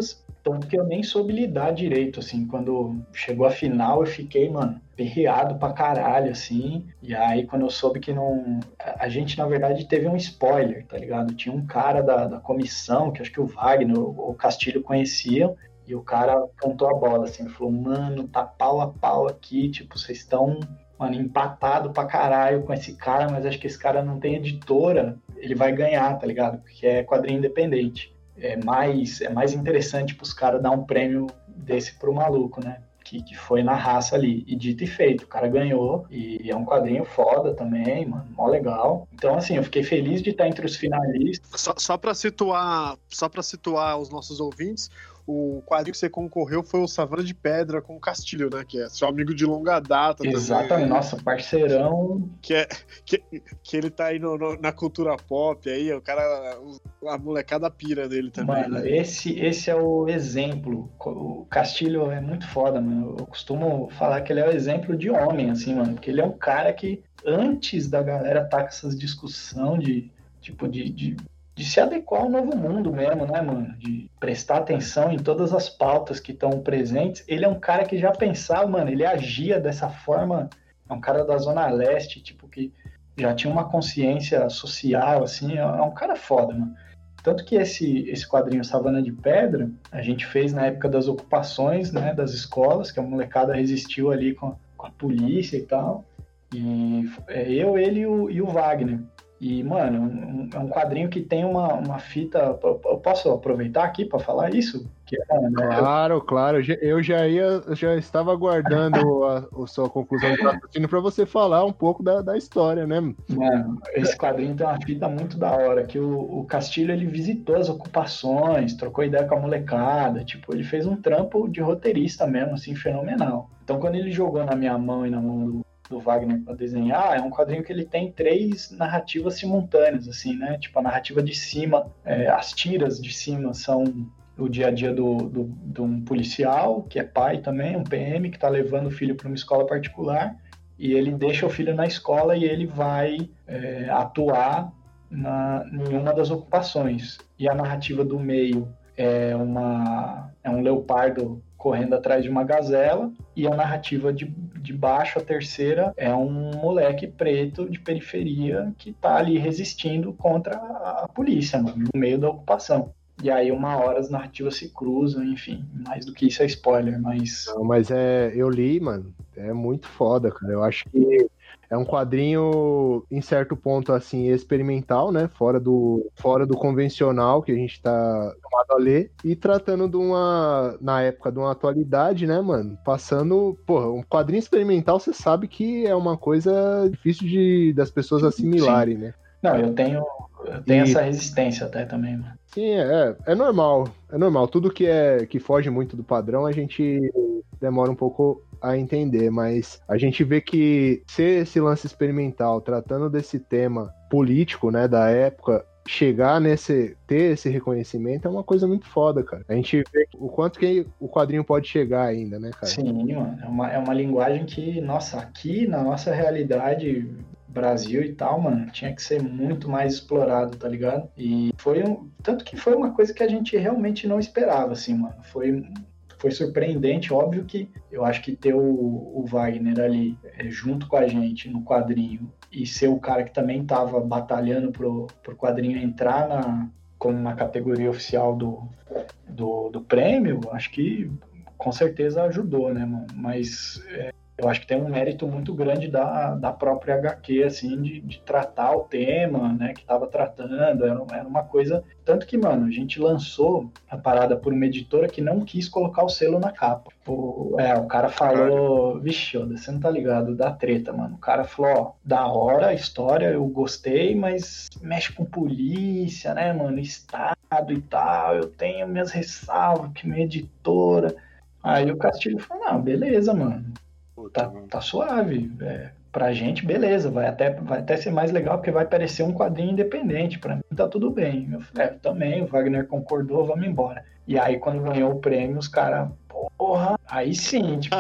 Tanto que eu nem soube lidar direito, assim, quando chegou a final eu fiquei, mano, perreado pra caralho, assim, e aí quando eu soube que não... A gente, na verdade, teve um spoiler, tá ligado? Tinha um cara da, da comissão, que acho que o Wagner, o, o Castilho conheciam, e o cara cantou a bola, assim, falou, mano, tá pau a pau aqui, tipo, vocês estão, mano, empatado pra caralho com esse cara, mas acho que esse cara não tem editora, ele vai ganhar, tá ligado? Porque é quadrinho independente. É mais, é mais interessante pros caras dar um prêmio desse pro maluco, né? Que, que foi na raça ali. E dito e feito, o cara ganhou. E é um quadrinho foda também, mano. Mó legal. Então, assim, eu fiquei feliz de estar entre os finalistas. Só, só pra situar, só pra situar os nossos ouvintes, o quadrinho que você concorreu foi o Savana de Pedra com o Castilho, né? Que é seu amigo de longa data. Exatamente, também, nossa, parceirão. Que, é, que, que ele tá aí no, no, na cultura pop, aí o cara, a molecada pira dele também. Mano, né? esse, esse é o exemplo. O Castilho é muito foda, mano. Eu costumo falar que ele é o exemplo de homem, assim, mano. Porque ele é um cara que, antes da galera tá com essas discussão de, tipo, de... de de se adequar ao novo mundo mesmo, né, mano? De prestar atenção em todas as pautas que estão presentes. Ele é um cara que já pensava, mano, ele agia dessa forma. É um cara da Zona Leste, tipo, que já tinha uma consciência social, assim. É um cara foda, mano. Tanto que esse, esse quadrinho Savana de Pedra, a gente fez na época das ocupações, né, das escolas, que a molecada resistiu ali com a, com a polícia e tal. E é eu, ele e o, e o Wagner. E, mano, um, é um quadrinho que tem uma, uma fita... Eu posso aproveitar aqui para falar isso? Que é, né? Claro, claro. Eu já ia, eu já estava aguardando a, a sua conclusão de raciocínio para você falar um pouco da, da história, né? Mano, esse quadrinho tem uma fita muito da hora, que o, o Castilho, ele visitou as ocupações, trocou ideia com a molecada, tipo, ele fez um trampo de roteirista mesmo, assim, fenomenal. Então, quando ele jogou na minha mão e na mão do do Wagner para desenhar, é um quadrinho que ele tem três narrativas simultâneas, assim, né? Tipo, a narrativa de cima, é, as tiras de cima são o dia a dia do, do, de um policial, que é pai também, um P M, que está levando o filho para uma escola particular, e ele deixa o filho na escola e ele vai é, atuar na, em uma das ocupações. E a narrativa do meio é, uma, é um leopardo correndo atrás de uma gazela, e a narrativa de, de baixo, a terceira, é um moleque preto de periferia que tá ali resistindo contra a, a polícia, mano, no meio da ocupação. E aí, uma hora, as narrativas se cruzam, enfim, mais do que isso é spoiler, mas... Não, mas é, eu li, mano, é muito foda, cara, eu acho que é um quadrinho, em certo ponto, assim, experimental, né? Fora do, fora do convencional que a gente tá acostumado a ler. E tratando de uma, na época, de uma atualidade, né, mano? Passando, porra, um quadrinho experimental, você sabe que é uma coisa difícil de, das pessoas assimilarem, Sim. né? Não, eu tenho, eu tenho E... essa resistência até também, mano. Sim, é, é normal, é normal. Tudo que, é, que foge muito do padrão, a gente demora um pouco a entender, mas a gente vê que ser esse lance experimental, tratando desse tema político, né, da época, chegar nesse, ter esse reconhecimento é uma coisa muito foda, cara. A gente vê o quanto que o quadrinho pode chegar ainda, né, cara? Sim, mano, é uma, é uma linguagem que, nossa, aqui na nossa realidade... Brasil e tal, mano, tinha que ser muito mais explorado, tá ligado? E foi um... Tanto que foi uma coisa que a gente realmente não esperava, assim, mano. Foi, foi surpreendente, óbvio que eu acho que ter o, o Wagner ali é, junto com a gente no quadrinho e ser o cara que também tava batalhando pro, pro quadrinho entrar na, como uma categoria oficial do, do, do prêmio, acho que com certeza ajudou, né, mano? Mas... É, eu acho que tem um mérito muito grande da, da própria agá quê, assim, de, de tratar o tema, né, que tava tratando, era, era uma coisa... Tanto que, mano, a gente lançou a parada por uma editora que não quis colocar o selo na capa. O, é, o cara falou... Vixe, você não tá ligado, da treta, mano. O cara falou, ó, da hora a história, eu gostei, mas mexe com polícia, né, mano, Estado e tal, eu tenho minhas ressalvas, que minha editora... Aí o Castilho falou, não, beleza, mano. Tá, tá suave, é, pra gente beleza, vai até, vai até ser mais legal porque vai parecer um quadrinho independente, pra mim tá tudo bem. Eu falei, é, também, o Wagner concordou, vamos embora. E aí quando ganhou o prêmio, os caras, porra, Aí sim, tipo.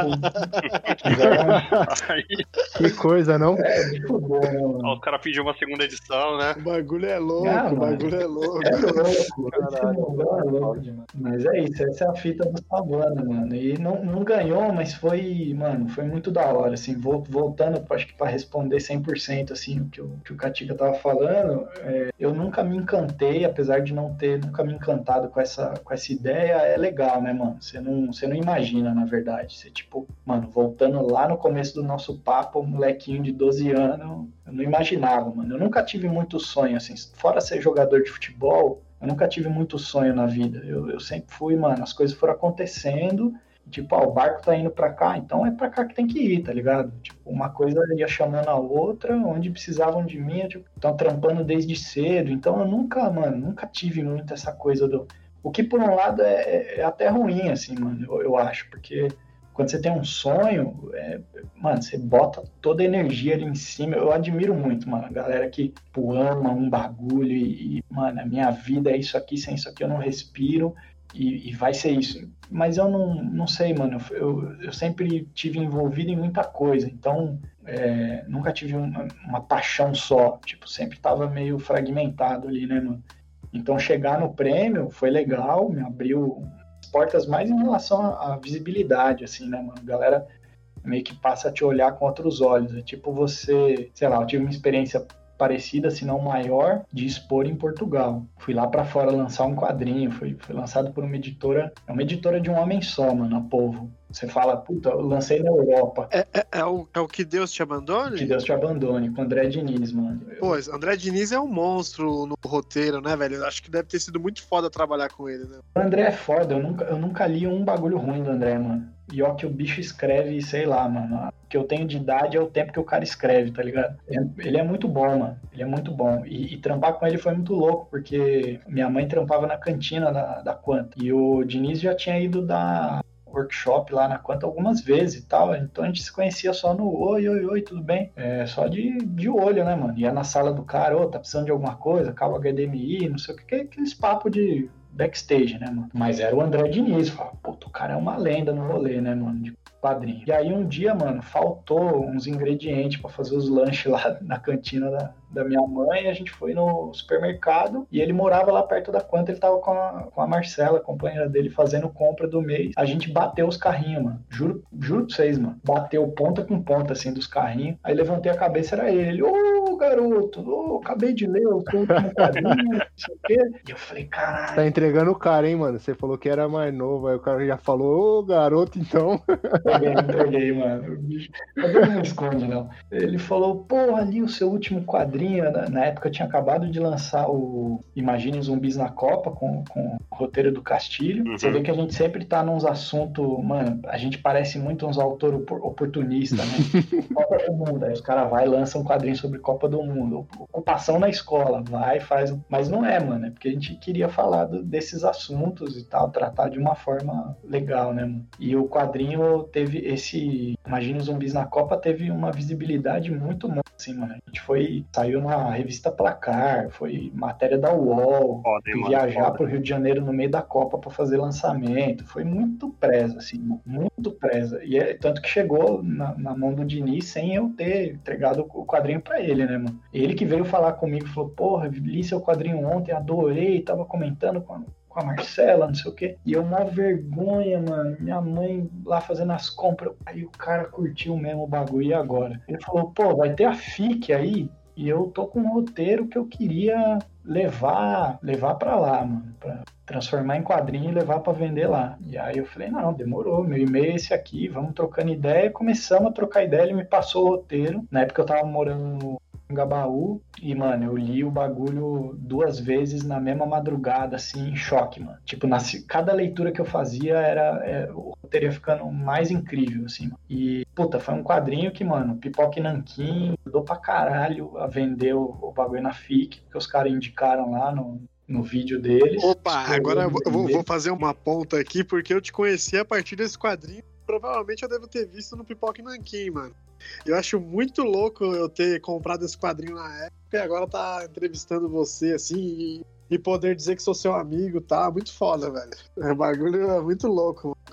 Aí, Que coisa, não? É, de fuder, né, ó, mano? os caras pediram uma segunda edição, né? O bagulho é louco, Ah, o mano. bagulho é louco. É louco, esse Caralho, mundão é louco demais. Mas é isso, essa é a fita do Savana, mano. E não, não ganhou, mas foi, mano, foi muito da hora, assim, vol- voltando, acho que pra responder cem por cento, assim, o que o, que o Katika tava falando, é, eu nunca me encantei, apesar de não ter, nunca me encantado com essa, com essa ideia, é legal, né, mano? Você não, você não imagina, na verdade. Você, tipo, mano, voltando lá no começo do nosso papo, um molequinho de doze anos, eu não imaginava, mano. Eu nunca tive muito sonho, assim, fora ser jogador de futebol, eu nunca tive muito sonho na vida. Eu, eu sempre fui, mano, as coisas foram acontecendo, tipo, ó, o barco tá indo pra cá, então é pra cá que tem que ir, tá ligado? Tipo, uma coisa ia chamando a outra, onde precisavam de mim, tipo, estão trampando desde cedo, então eu nunca, mano, nunca tive muito essa coisa do... O que, por um lado, é, é até ruim, assim, mano, eu, eu acho, porque quando você tem um sonho, é, mano, você bota toda a energia ali em cima. Eu admiro muito, mano, a galera que pô, ama um bagulho e, e, mano, a minha vida é isso aqui, sem isso aqui eu não respiro e, e vai ser isso. Mas eu não, não sei, mano, eu, eu sempre tive envolvido em muita coisa, então é, nunca tive uma, uma paixão só, tipo, sempre tava meio fragmentado ali, né, mano? Então chegar no prêmio foi legal, me abriu portas mais em relação à, à visibilidade, assim, né, mano? A galera meio que passa a te olhar com outros olhos. É tipo você, sei lá, eu tive uma experiência parecida, se não maior, de expor em Portugal. Fui lá pra fora lançar um quadrinho, foi, foi lançado por uma editora, é uma editora de um homem só, mano, a Povo. Você fala, puta, eu lancei na Europa. É, é, é o, é o Que Deus Te Abandone? Que Deus Te Abandone, com André Diniz, mano. Eu... Pô, André Diniz é um monstro no roteiro, né, velho? Eu acho que deve ter sido muito foda trabalhar com ele, né? O André é foda, eu nunca, eu nunca li um bagulho ruim do André, mano. E ó que o bicho escreve, sei lá, mano. O que eu tenho de idade é o tempo que o cara escreve, tá ligado? Ele é muito bom, mano. Ele é muito bom. E, e trampar com ele foi muito louco, porque minha mãe trampava na cantina da, da Quanta. E o Diniz já tinha ido dar workshop lá na Quanta algumas vezes e tal, então a gente se conhecia só no oi, oi, oi, tudo bem? É, só de, de olho, né, mano? Ia na sala do cara, ô, oh, tá precisando de alguma coisa, cabo H D M I, não sei o que, aqueles papos de backstage, né, mano? Mas era o André Diniz, falava, puta, o cara é uma lenda no rolê, né, mano, de quadrinho. E aí um dia, mano, faltou uns ingredientes pra fazer os lanches lá na cantina da, da minha mãe, a gente foi no supermercado e ele morava lá perto da Quanta, ele tava com a, com a Marcela, a companheira dele, fazendo compra do mês. A gente bateu os carrinhos, mano. Juro, juro pra vocês, mano. Bateu ponta com ponta, assim, dos carrinhos. Aí levantei a cabeça, era ele. Ele, ô, oh, garoto, ô, oh, acabei de ler o seu último quadrinho, não sei o quê. E eu falei, caralho. Tá entregando o cara, hein, mano? Você falou que era mais novo, aí o cara já falou, ô, oh, garoto, então. Entreguei, entreguei, mano. O bicho, mas ele não esconde, não. Ele falou, pô, ali o seu último quadrinho. Na, na época eu tinha acabado de lançar o Imagine Zumbis na Copa com, com o roteiro do Castilho. Uhum. Você vê que a gente sempre tá nos assuntos, mano, a gente parece muito uns autores oportunistas, né? Copa do Mundo, aí os caras vai e lançam um quadrinho sobre Copa do Mundo. Ocupação na escola, vai, faz. Mas não é, mano, é porque a gente queria falar do, desses assuntos e tal, tratar de uma forma legal, né, mano? E o quadrinho teve esse Imagine Zumbis na Copa, teve uma visibilidade muito boa, assim, mano. A gente foi, saiu na revista Placar, foi matéria da U O L, foda, fui mano, viajar foda. Pro Rio de Janeiro no meio da Copa pra fazer lançamento, foi muito presa, assim, muito presa, e é tanto que chegou na, na mão do Diniz sem eu ter entregado o quadrinho pra ele, né, mano? Ele que veio falar comigo, falou, porra, li seu quadrinho ontem, adorei, tava comentando com a com a Marcela, não sei o quê. E eu, uma vergonha, mano. Minha mãe lá fazendo as compras. Aí o cara curtiu mesmo o bagulho. E agora? Ele falou, pô, vai ter a F I C aí. E eu tô com um roteiro que eu queria levar, levar pra lá, mano. Pra transformar em quadrinho e levar pra vender lá. E aí eu falei, não, demorou. Meu e-mail é esse aqui. Vamos trocando ideia. Começamos a trocar ideia. Ele me passou o roteiro. Na época eu tava morando no Gabaú, e, mano, eu li o bagulho duas vezes na mesma madrugada, assim, em choque, mano. Tipo, na, cada leitura que eu fazia era, é, o roteiro ia ficando mais incrível, assim, mano. E, puta, foi um quadrinho que, mano, Pipoca e Nanquim ajudou pra caralho a vender o, o bagulho na F I C, que os caras indicaram lá no, no vídeo deles. Opa, agora eu vou, vou fazer uma ponta aqui, porque eu te conheci a partir desse quadrinho. Provavelmente eu devo ter visto no Pipoca e Nanquim, mano. Eu acho muito louco eu ter comprado esse quadrinho na época e agora tá entrevistando você, assim, e, e poder dizer que sou seu amigo, tá? Muito foda, velho. O bagulho é muito louco.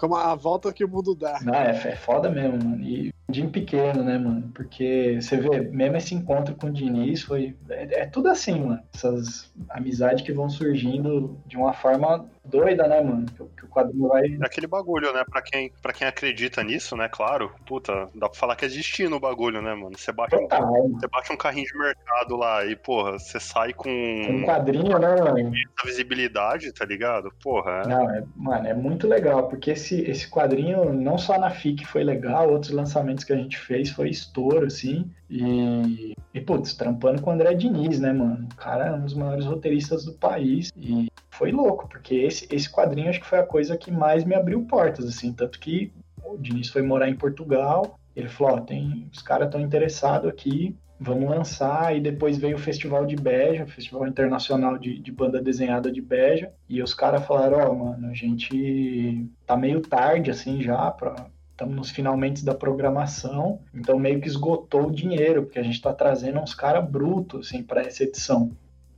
como a volta que o mundo dá. Não, é, é foda mesmo, mano. E Jim pequeno, né, mano? Porque você vê, mesmo esse encontro com o Diniz foi. É, é tudo assim, mano. Essas amizades que vão surgindo de uma forma doida, né, mano? Que, que o quadrinho vai. É aquele bagulho, né? Pra quem, pra quem acredita nisso, né? Claro, puta, dá pra falar que é destino o bagulho, né, mano? Você bate, um, você bate um carrinho de mercado lá e, porra, você sai com. Um quadrinho, né, mano? Essa visibilidade, tá ligado? Porra. É... Não, é, mano, é muito legal, porque esse, esse quadrinho, não só na F I C foi legal, outros lançamentos que a gente fez foi estouro, assim. E, e putz, trampando com o André Diniz, né, mano? O cara é um dos maiores roteiristas do país. E foi louco, porque esse, esse quadrinho acho que foi a coisa que mais me abriu portas, assim. Tanto que o Diniz foi morar em Portugal, ele falou, ó, tem, os caras estão interessados aqui, vamos lançar. E depois veio o Festival de Beja, o Festival Internacional de, de Banda Desenhada de Beja. E os caras falaram, ó, mano, a gente tá meio tarde, assim, já pra... Estamos nos finalmente da programação, então meio que esgotou o dinheiro, porque a gente está trazendo uns caras brutos assim, para essa edição.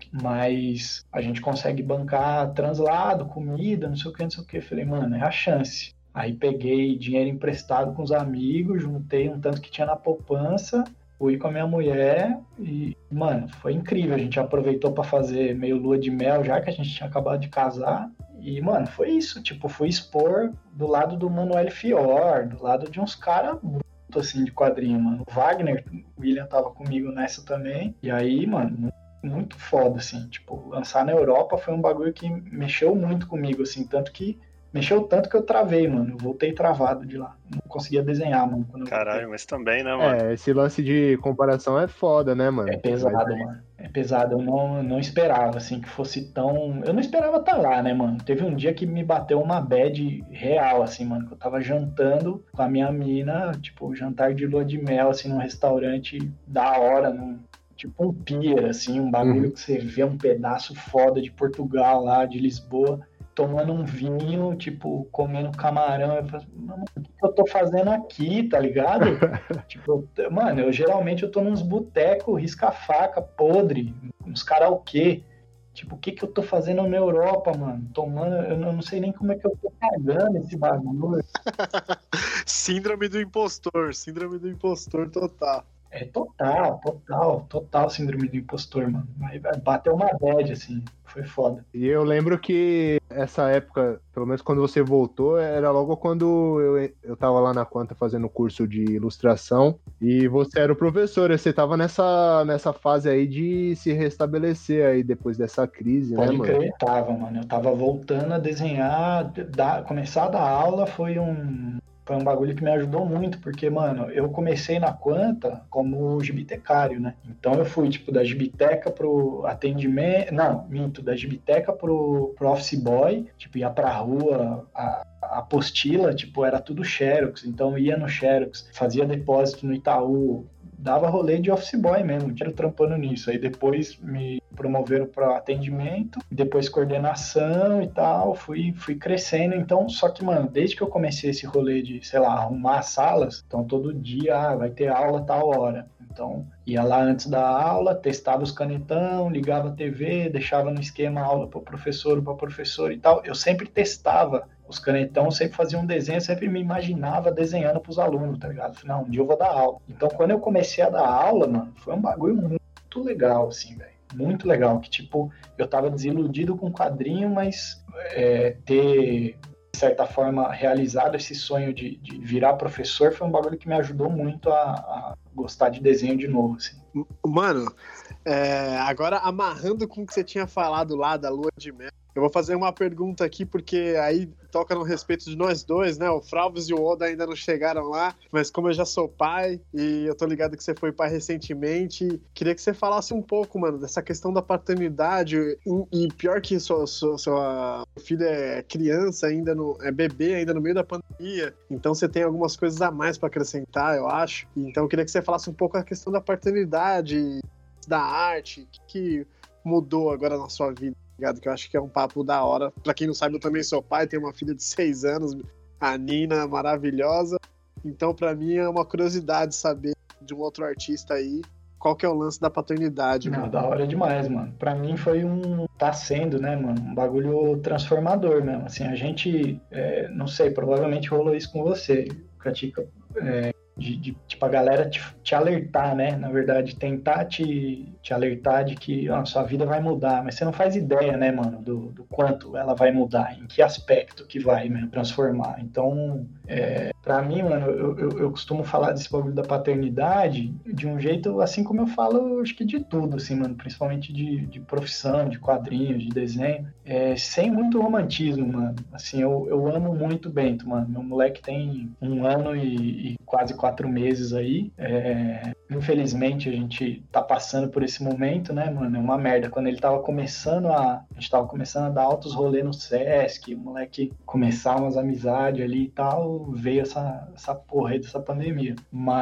Mas a gente consegue bancar translado, comida, não sei o que, não sei o que. Falei, mano, é a chance. Aí peguei dinheiro emprestado com os amigos, juntei um tanto que tinha na poupança, fui com a minha mulher e, mano, foi incrível. A gente aproveitou para fazer meio lua de mel, já que a gente tinha acabado de casar. E, mano, foi isso, tipo, fui expor do lado do Manuel Fior, do lado de uns caras muito, assim, de quadrinho, mano. O Wagner, o William tava comigo nessa também, e aí, mano, muito foda, assim, tipo, lançar na Europa foi um bagulho que mexeu muito comigo, assim, tanto que mexeu tanto que eu travei, mano. Eu voltei travado de lá. Não conseguia desenhar, mano. Quando Caralho, mas também, né, mano? É, esse lance de comparação é foda, né, mano? É pesado, mano. É pesado. Eu não, não esperava, assim, que fosse tão... Eu não esperava estar lá, né, mano? Teve um dia que me bateu uma bad real, assim, mano. Que eu tava jantando com a minha mina, tipo, jantar de lua de mel, assim, num restaurante da hora, num... tipo um pier, assim, um bagulho uhum. que você vê um pedaço foda de Portugal lá, de Lisboa, tomando um vinho, tipo, comendo camarão. Eu falo, mano, o que eu tô fazendo aqui, tá ligado? Tipo, mano, eu geralmente eu tô nos botecos, risca-faca, podre, uns karaokê. Tipo, o que que eu tô fazendo na Europa, mano? Tomando, eu não sei nem como é que eu tô pagando esse bagulho. Síndrome do impostor, síndrome do impostor total. É total, total, total síndrome do impostor, mano. Bateu uma bad, assim, foi foda. E eu lembro que essa época, pelo menos quando você voltou, era logo quando eu, eu tava lá na Quanta fazendo curso de ilustração e você era o professor, você tava nessa, nessa fase aí de se restabelecer aí depois dessa crise, Pode né, mano? Pode crer, tava, mano. Eu tava voltando a desenhar, da, começar a dar aula foi um... Foi um bagulho que me ajudou muito, porque, mano, eu comecei na Quanta como gibitecário, né? Então eu fui, tipo, da gibiteca pro atendimento... Não, minto, da gibiteca pro, pro office boy, tipo, ia pra rua, a, a apostila, tipo, era tudo Xerox, então ia no Xerox, fazia depósito no Itaú, dava rolê de office boy mesmo, tinha trampando nisso. Aí depois me promoveram para atendimento, depois coordenação e tal, fui, fui crescendo. Então, só que, mano, desde que eu comecei esse rolê de, sei lá, arrumar salas, então todo dia, ah, vai ter aula tal hora. Então, ia lá antes da aula, testava os canetão, ligava a T V, deixava no esquema a aula para o professor, para professor e tal. Eu sempre testava os canetão, sempre fazia um desenho, sempre me imaginava desenhando pros alunos, tá ligado? Falei, não, um dia eu vou dar aula. Então, quando eu comecei a dar aula, mano, foi um bagulho muito legal, assim, velho. Muito legal, que, tipo, eu tava desiludido com o quadrinho, mas é, ter, de certa forma, realizado esse sonho de, de virar professor foi um bagulho que me ajudou muito a, a gostar de desenho de novo, assim. Mano, é, agora amarrando com o que você tinha falado lá da lua de mel, eu vou fazer uma pergunta aqui, porque aí toca no respeito de nós dois, né? O Fralves e o Oda ainda não chegaram lá, mas como eu já sou pai, e eu tô ligado que você foi pai recentemente, queria que você falasse um pouco, mano, dessa questão da paternidade, e, e pior que sua, sua, sua filha é criança ainda, no, é bebê ainda no meio da pandemia, então você tem algumas coisas a mais pra acrescentar, eu acho. Então eu queria que você falasse um pouco a questão da paternidade, da arte, o que, que mudou agora na sua vida? Que eu acho que é um papo da hora. Pra quem não sabe, eu também sou pai, tenho uma filha de seis anos, a Nina, maravilhosa. Então, pra mim, é uma curiosidade saber de um outro artista aí qual que é o lance da paternidade, Não, mano. da hora demais, mano. Pra mim foi um... Tá sendo, né, mano? Um bagulho transformador mesmo. Assim, a gente... É, não sei, provavelmente rolou isso com você, Katika. É, de, de, tipo, a galera te, te alertar, né? Na verdade, tentar te, te alertar de que ó, sua vida vai mudar. Mas você não faz ideia, né, mano? Do, do quanto ela vai mudar. Em que aspecto que vai mesmo transformar. Então... É, pra mim, mano, eu, eu, eu costumo falar desse bagulho da paternidade de um jeito, assim como eu falo, acho que de tudo, assim, mano, principalmente de, de profissão, de quadrinhos, de desenho, é, sem muito romantismo, mano. Assim, eu, eu amo muito o Bento, mano. Meu moleque tem um ano e, e quase quatro meses aí. É, infelizmente, a gente tá passando por esse momento, né, mano? É uma merda. Quando ele tava começando a... A gente tava começando a dar altos rolês no Sesc, o moleque começar umas amizades ali e tal, veio essa, essa porra aí dessa pandemia.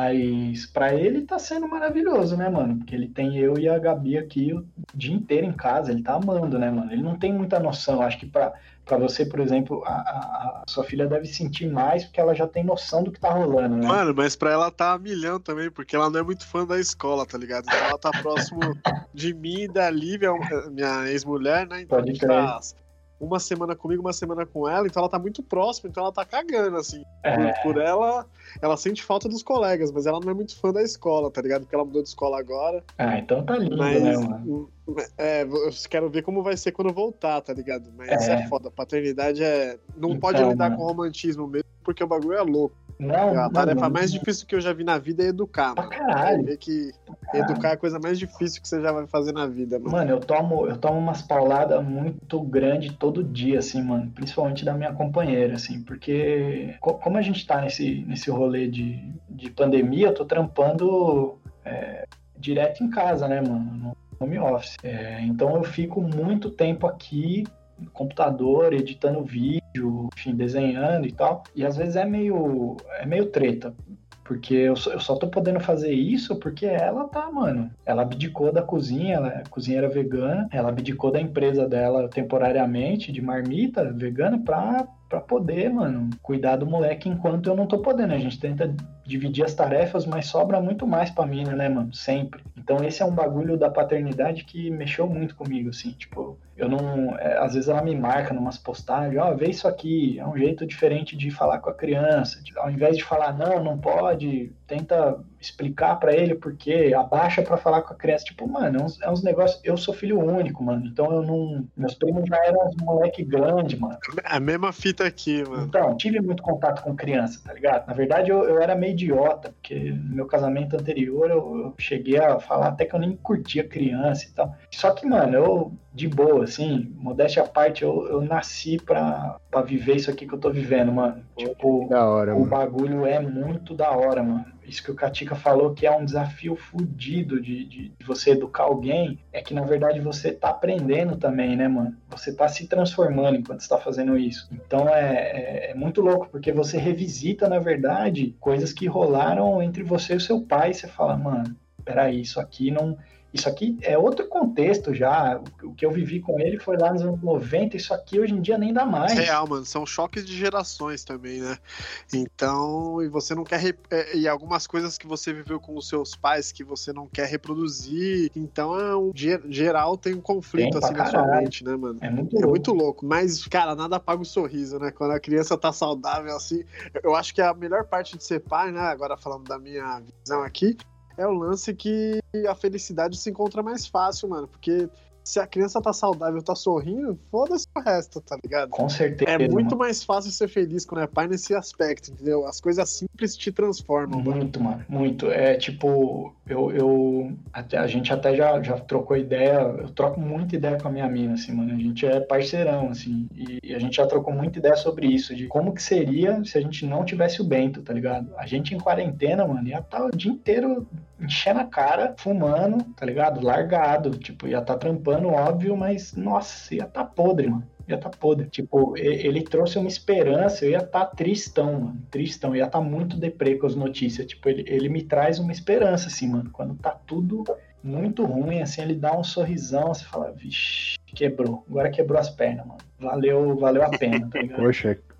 Mas pra ele tá sendo maravilhoso, né, mano? Porque ele tem eu e a Gabi aqui o dia inteiro em casa, ele tá amando, né, mano? Ele não tem muita noção. Acho que pra, pra você, por exemplo, a, a, a sua filha deve sentir mais porque ela já tem noção do que tá rolando, né? Mano, mas pra ela tá a milhão também, porque ela não é muito fã da escola, tá ligado? Então ela tá próximo de mim e da Lívia, minha ex-mulher, né? Então Pode a gente crer. tá uma semana comigo, uma semana com ela, então ela tá muito próxima, então ela tá cagando, assim. É. Por, por ela, ela sente falta dos colegas, mas ela não é muito fã da escola, tá ligado? Porque ela mudou de escola agora. Ah, então tá lindo, Mas, né, mano? é, eu quero ver como vai ser quando eu voltar, tá ligado? Mas É. isso é foda. Paternidade é. Não Então, pode lidar mano. com romantismo mesmo, porque o bagulho é louco. Não, A tarefa mano, mais difícil que eu já vi na vida é educar, pra mano. caralho. Ver que educar é a coisa mais difícil que você já vai fazer na vida, mano. Mano, eu tomo, eu tomo umas pauladas muito grandes todo dia, assim, mano. Principalmente da minha companheira, assim. Porque co- como a gente tá nesse, nesse rolê de, de pandemia, eu tô trampando é, direto em casa, né, mano? No home office. É, então eu fico muito tempo aqui no computador, editando vídeo, enfim, desenhando e tal. E às vezes é meio, é meio treta. Porque eu só, eu só tô podendo fazer isso porque ela tá, mano. Ela abdicou da cozinha, ela é cozinheira vegana. Ela abdicou da empresa dela temporariamente, de marmita vegana, pra, pra poder, mano, cuidar do moleque enquanto eu não tô podendo. A gente tenta dividir as tarefas, mas sobra muito mais pra mina, né, mano? Sempre. Então esse é um bagulho da paternidade que mexeu muito comigo, assim. Tipo, eu não... É, às vezes ela me marca numas postagens, ó, oh, vê isso aqui, é um jeito diferente de falar com a criança. Ao invés de falar, não, não pode, tenta explicar pra ele por quê, abaixa pra falar com a criança. Tipo, mano, é uns, é uns negócios... Eu sou filho único, mano, então eu não... Meus primos já eram uns moleque grande, mano. A mesma fita aqui, mano. Então, tive muito contato com criança, tá ligado? Na verdade, eu, eu era meio idiota, porque no meu casamento anterior eu, eu cheguei a falar até que eu nem curtia criança e tal. Só que, mano, eu, de boa, assim, modéstia à parte, eu, eu nasci pra, pra viver isso aqui que eu tô vivendo, mano. Tipo, Da hora, o mano. bagulho é muito da hora, mano. Isso que o Katika falou que é um desafio fudido de, de, de você educar alguém, é que na verdade você tá aprendendo também, né, mano? Você tá se transformando enquanto você tá fazendo isso. Então é, é, é muito louco, porque você revisita, na verdade, coisas que rolaram entre você e o seu pai, e você fala, mano, peraí, isso aqui não... Isso aqui é outro contexto já. O que eu vivi com ele foi lá nos anos noventa. Isso aqui hoje em dia nem dá mais. Real, mano. São choques de gerações também, né? Então, e você não quer. Rep... E algumas coisas que você viveu com os seus pais que você não quer reproduzir. Então, é um... geral tem um conflito Tem assim pra na sua caralho. mente, né, mano? É muito É louco. muito louco. Mas, cara, nada apaga o sorriso, né? Quando a criança tá saudável assim. Eu acho que a melhor parte de ser pai, né? Agora falando da minha visão aqui. É o lance que a felicidade se encontra mais fácil, mano. Porque se a criança tá saudável, tá sorrindo, foda-se o resto, tá ligado? Com certeza. É muito mano. mais fácil ser feliz quando é pai nesse aspecto, entendeu? As coisas simples te transformam, mano. Muito, mano, muito. É tipo, eu, eu até, a gente até já, já trocou ideia, eu troco muita ideia com a minha mina, assim, mano. A gente é parceirão, assim, e, e a gente já trocou muita ideia sobre isso, de como que seria se a gente não tivesse o Bento, tá ligado? A gente em quarentena, mano, ia estar o dia inteiro enchendo a cara, fumando, tá ligado? Largado, tipo, ia estar trampando, óbvio, mas, nossa, ia estar podre, mano. Ia tá podre. Tipo, ele trouxe uma esperança, eu ia tá tristão, mano. Tristão, ia tá muito deprê com as notícias. Tipo, ele, ele me traz uma esperança, assim, mano. Quando tá tudo muito ruim, assim, ele dá um sorrisão, você fala, vixe, quebrou. Agora quebrou as pernas, mano. Valeu, valeu a pena, tá ligado? Poxa,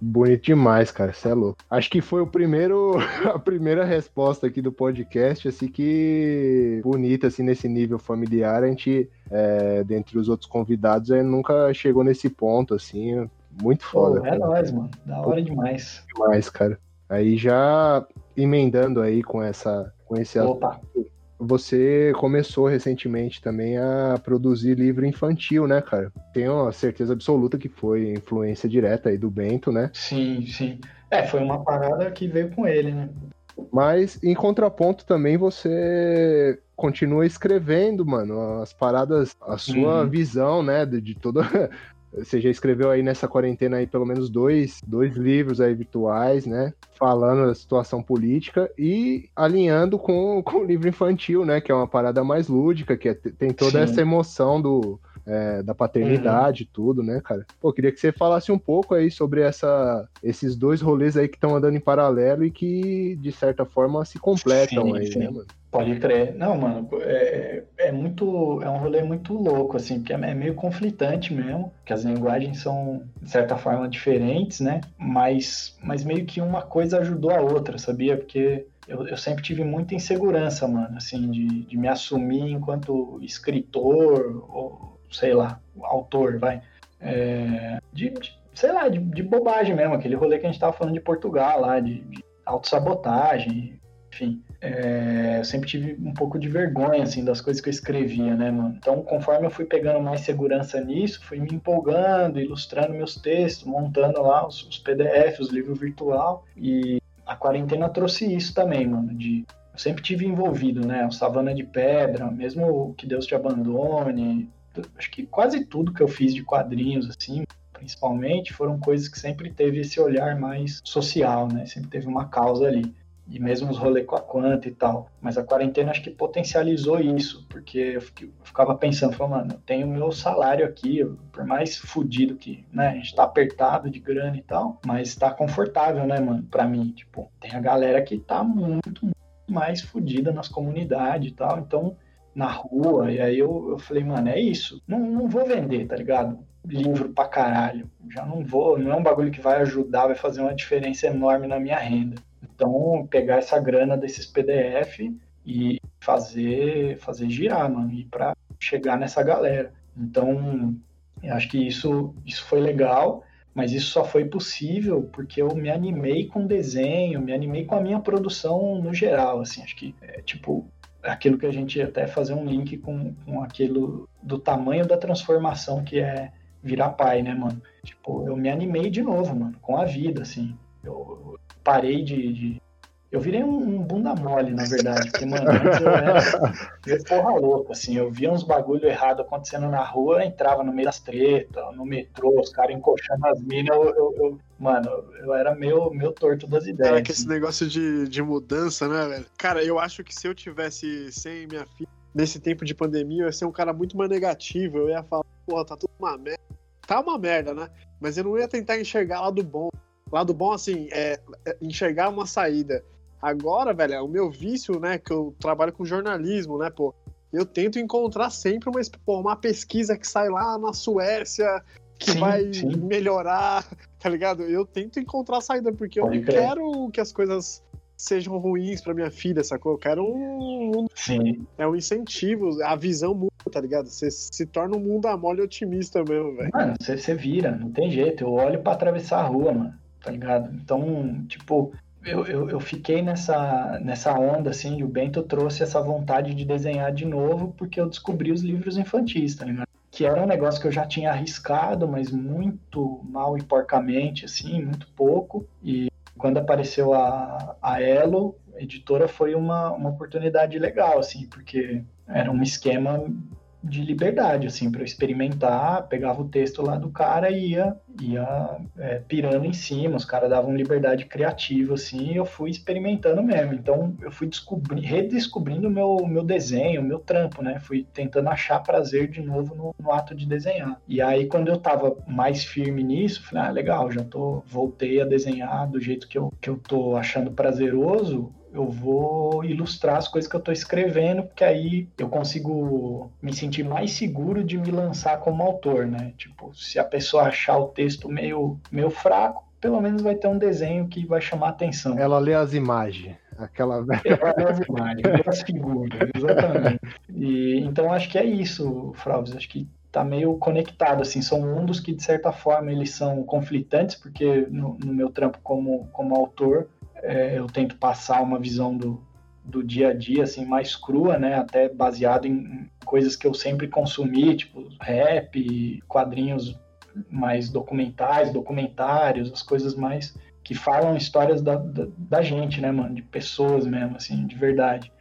Bonito demais, cara, você é louco. Acho que foi o primeiro, a primeira resposta aqui do podcast, assim, que bonita, assim, nesse nível familiar. A gente, é, dentre os outros convidados, a gente nunca chegou nesse ponto, assim, muito foda. Pô, é cara. nóis, mano. Da hora demais. Demais, cara. Aí já emendando aí com essa, com esse Opa. assunto, você começou recentemente também a produzir livro infantil, né, cara? Tenho a certeza absoluta que foi influência direta aí do Bento, né? Sim, sim. É, foi uma parada que veio com ele, né? Mas, em contraponto, também você continua escrevendo, mano, as paradas, a sua Uhum. visão, né, de, de toda... Você já escreveu aí nessa quarentena aí pelo menos dois, dois livros aí virtuais, né? Falando da situação política e alinhando com, com o livro infantil, né? Que é uma parada mais lúdica, que é, tem toda Sim. essa emoção do, é, da paternidade e tudo, né, cara? Pô, queria que você falasse um pouco aí sobre essa, esses dois rolês aí que estão andando em paralelo e que, de certa forma, se completam Sim, aí, sim. né, mano? Pode crer. Não, mano, é, é muito, é um rolê muito louco, assim, porque é meio conflitante mesmo, que as linguagens são, de certa forma, diferentes, né? Mas, mas meio que uma coisa ajudou a outra, sabia? Porque eu, eu sempre tive muita insegurança, mano, assim, de, de me assumir enquanto escritor, ou, sei lá, autor, vai. É, de, de, sei lá, de, de bobagem mesmo, aquele rolê que a gente tava falando de Portugal lá, de, de autossabotagem, enfim. É, eu sempre tive um pouco de vergonha, assim, das coisas que eu escrevia, né, mano? Então, conforme eu fui pegando mais segurança nisso, fui me empolgando, ilustrando meus textos, montando lá os, os P D Fs, os livros virtual, e a quarentena trouxe isso também, mano, de... Eu sempre tive envolvido, né, o Savana de Pedra, mesmo Que Deus Te Abandone, acho que quase tudo que eu fiz de quadrinhos, assim, principalmente, foram coisas que sempre teve esse olhar mais social, né, sempre teve uma causa ali. E mesmo os rolês com a Quanta e tal. Mas a quarentena acho que potencializou isso, porque eu ficava pensando, falando, mano, eu tenho meu salário aqui, eu, por mais fudido que, né, a gente tá apertado de grana e tal, mas tá confortável, né, mano, pra mim. Tipo, tem a galera que tá muito, muito mais fudida nas comunidades e tal, então, na rua, e aí eu, eu falei, mano, é isso, não, não vou vender, tá ligado? Livro pra caralho, já não vou, não é um bagulho que vai ajudar, vai fazer uma diferença enorme na minha renda. Então, pegar essa grana desses P D F e fazer, fazer girar, mano, e para chegar nessa galera. Então, eu acho que isso, isso foi legal, mas isso só foi possível porque eu me animei com desenho, me animei com a minha produção no geral, assim, acho que é tipo aquilo que a gente ia até fazer um link com, com aquilo do tamanho da transformação que é virar pai, né, mano? Tipo, eu me animei de novo, mano, com a vida, assim. Eu parei de, de... Eu virei um, um bunda mole, na verdade, porque, mano, antes eu era meio porra louca, assim, eu via uns bagulho errado acontecendo na rua, eu entrava no meio das tretas, no metrô, os caras encoxando as minas, eu, eu, eu, mano, eu era meio, meio torto das ideias. Cara, que assim. esse negócio de, de mudança, né, velho? Cara, eu acho que se eu tivesse sem minha filha, nesse tempo de pandemia, eu ia ser um cara muito mais negativo, eu ia falar, porra, tá tudo uma merda. Tá uma merda, né? Mas eu não ia tentar enxergar lado bom. Lado bom, assim, é enxergar uma saída. Agora, velho, é o meu vício, né, que eu trabalho com jornalismo, né, pô, eu tento encontrar sempre uma, pô, uma pesquisa que sai lá na Suécia, que sim, vai sim. melhorar, tá ligado? Eu tento encontrar saída, porque Pode eu não crer. quero que as coisas sejam ruins pra minha filha, sacou? Eu quero um, um, Sim. é um incentivo, a visão muda, tá ligado? Você se torna um mundo amole otimista mesmo, velho. Mano, você, você vira, não tem jeito, eu olho pra atravessar a rua, mano, tá ligado? Então, tipo... Eu, eu, eu fiquei nessa, nessa onda, assim, e o Bento trouxe essa vontade de desenhar de novo porque eu descobri os livros infantis, tá ligado? Que era um negócio que eu já tinha arriscado, mas muito mal e porcamente, assim, muito pouco. E quando apareceu a, a Elo, a editora, foi uma, uma oportunidade legal, assim, porque era um esquema de liberdade, assim, para eu experimentar, pegava o texto lá do cara e ia, ia é, pirando em cima, os caras davam liberdade criativa, assim, e eu fui experimentando mesmo, então eu fui descobri, redescobrindo o meu, meu desenho, o meu trampo, né, fui tentando achar prazer de novo no, no ato de desenhar, e aí quando eu tava mais firme nisso, falei, ah, legal, já tô, voltei a desenhar do jeito que eu, que eu tô achando prazeroso, eu vou ilustrar as coisas que eu estou escrevendo, porque aí eu consigo me sentir mais seguro de me lançar como autor, né? Tipo, se a pessoa achar o texto meio, meio fraco, pelo menos vai ter um desenho que vai chamar a atenção. Ela lê as imagens. Aquela... Ela lê as imagens, lê as figuras, exatamente. E, então acho que é isso, Fralves, acho que tá meio conectado, assim, são mundos que de certa forma eles são conflitantes, porque no, no meu trampo como, como autor, é, eu tento passar uma visão do, do dia a dia, assim, mais crua, né, até baseado em, em coisas que eu sempre consumi, tipo rap, quadrinhos mais documentais, documentários, as coisas mais que falam histórias da, da, da gente, né, mano, de pessoas mesmo, assim, de verdade.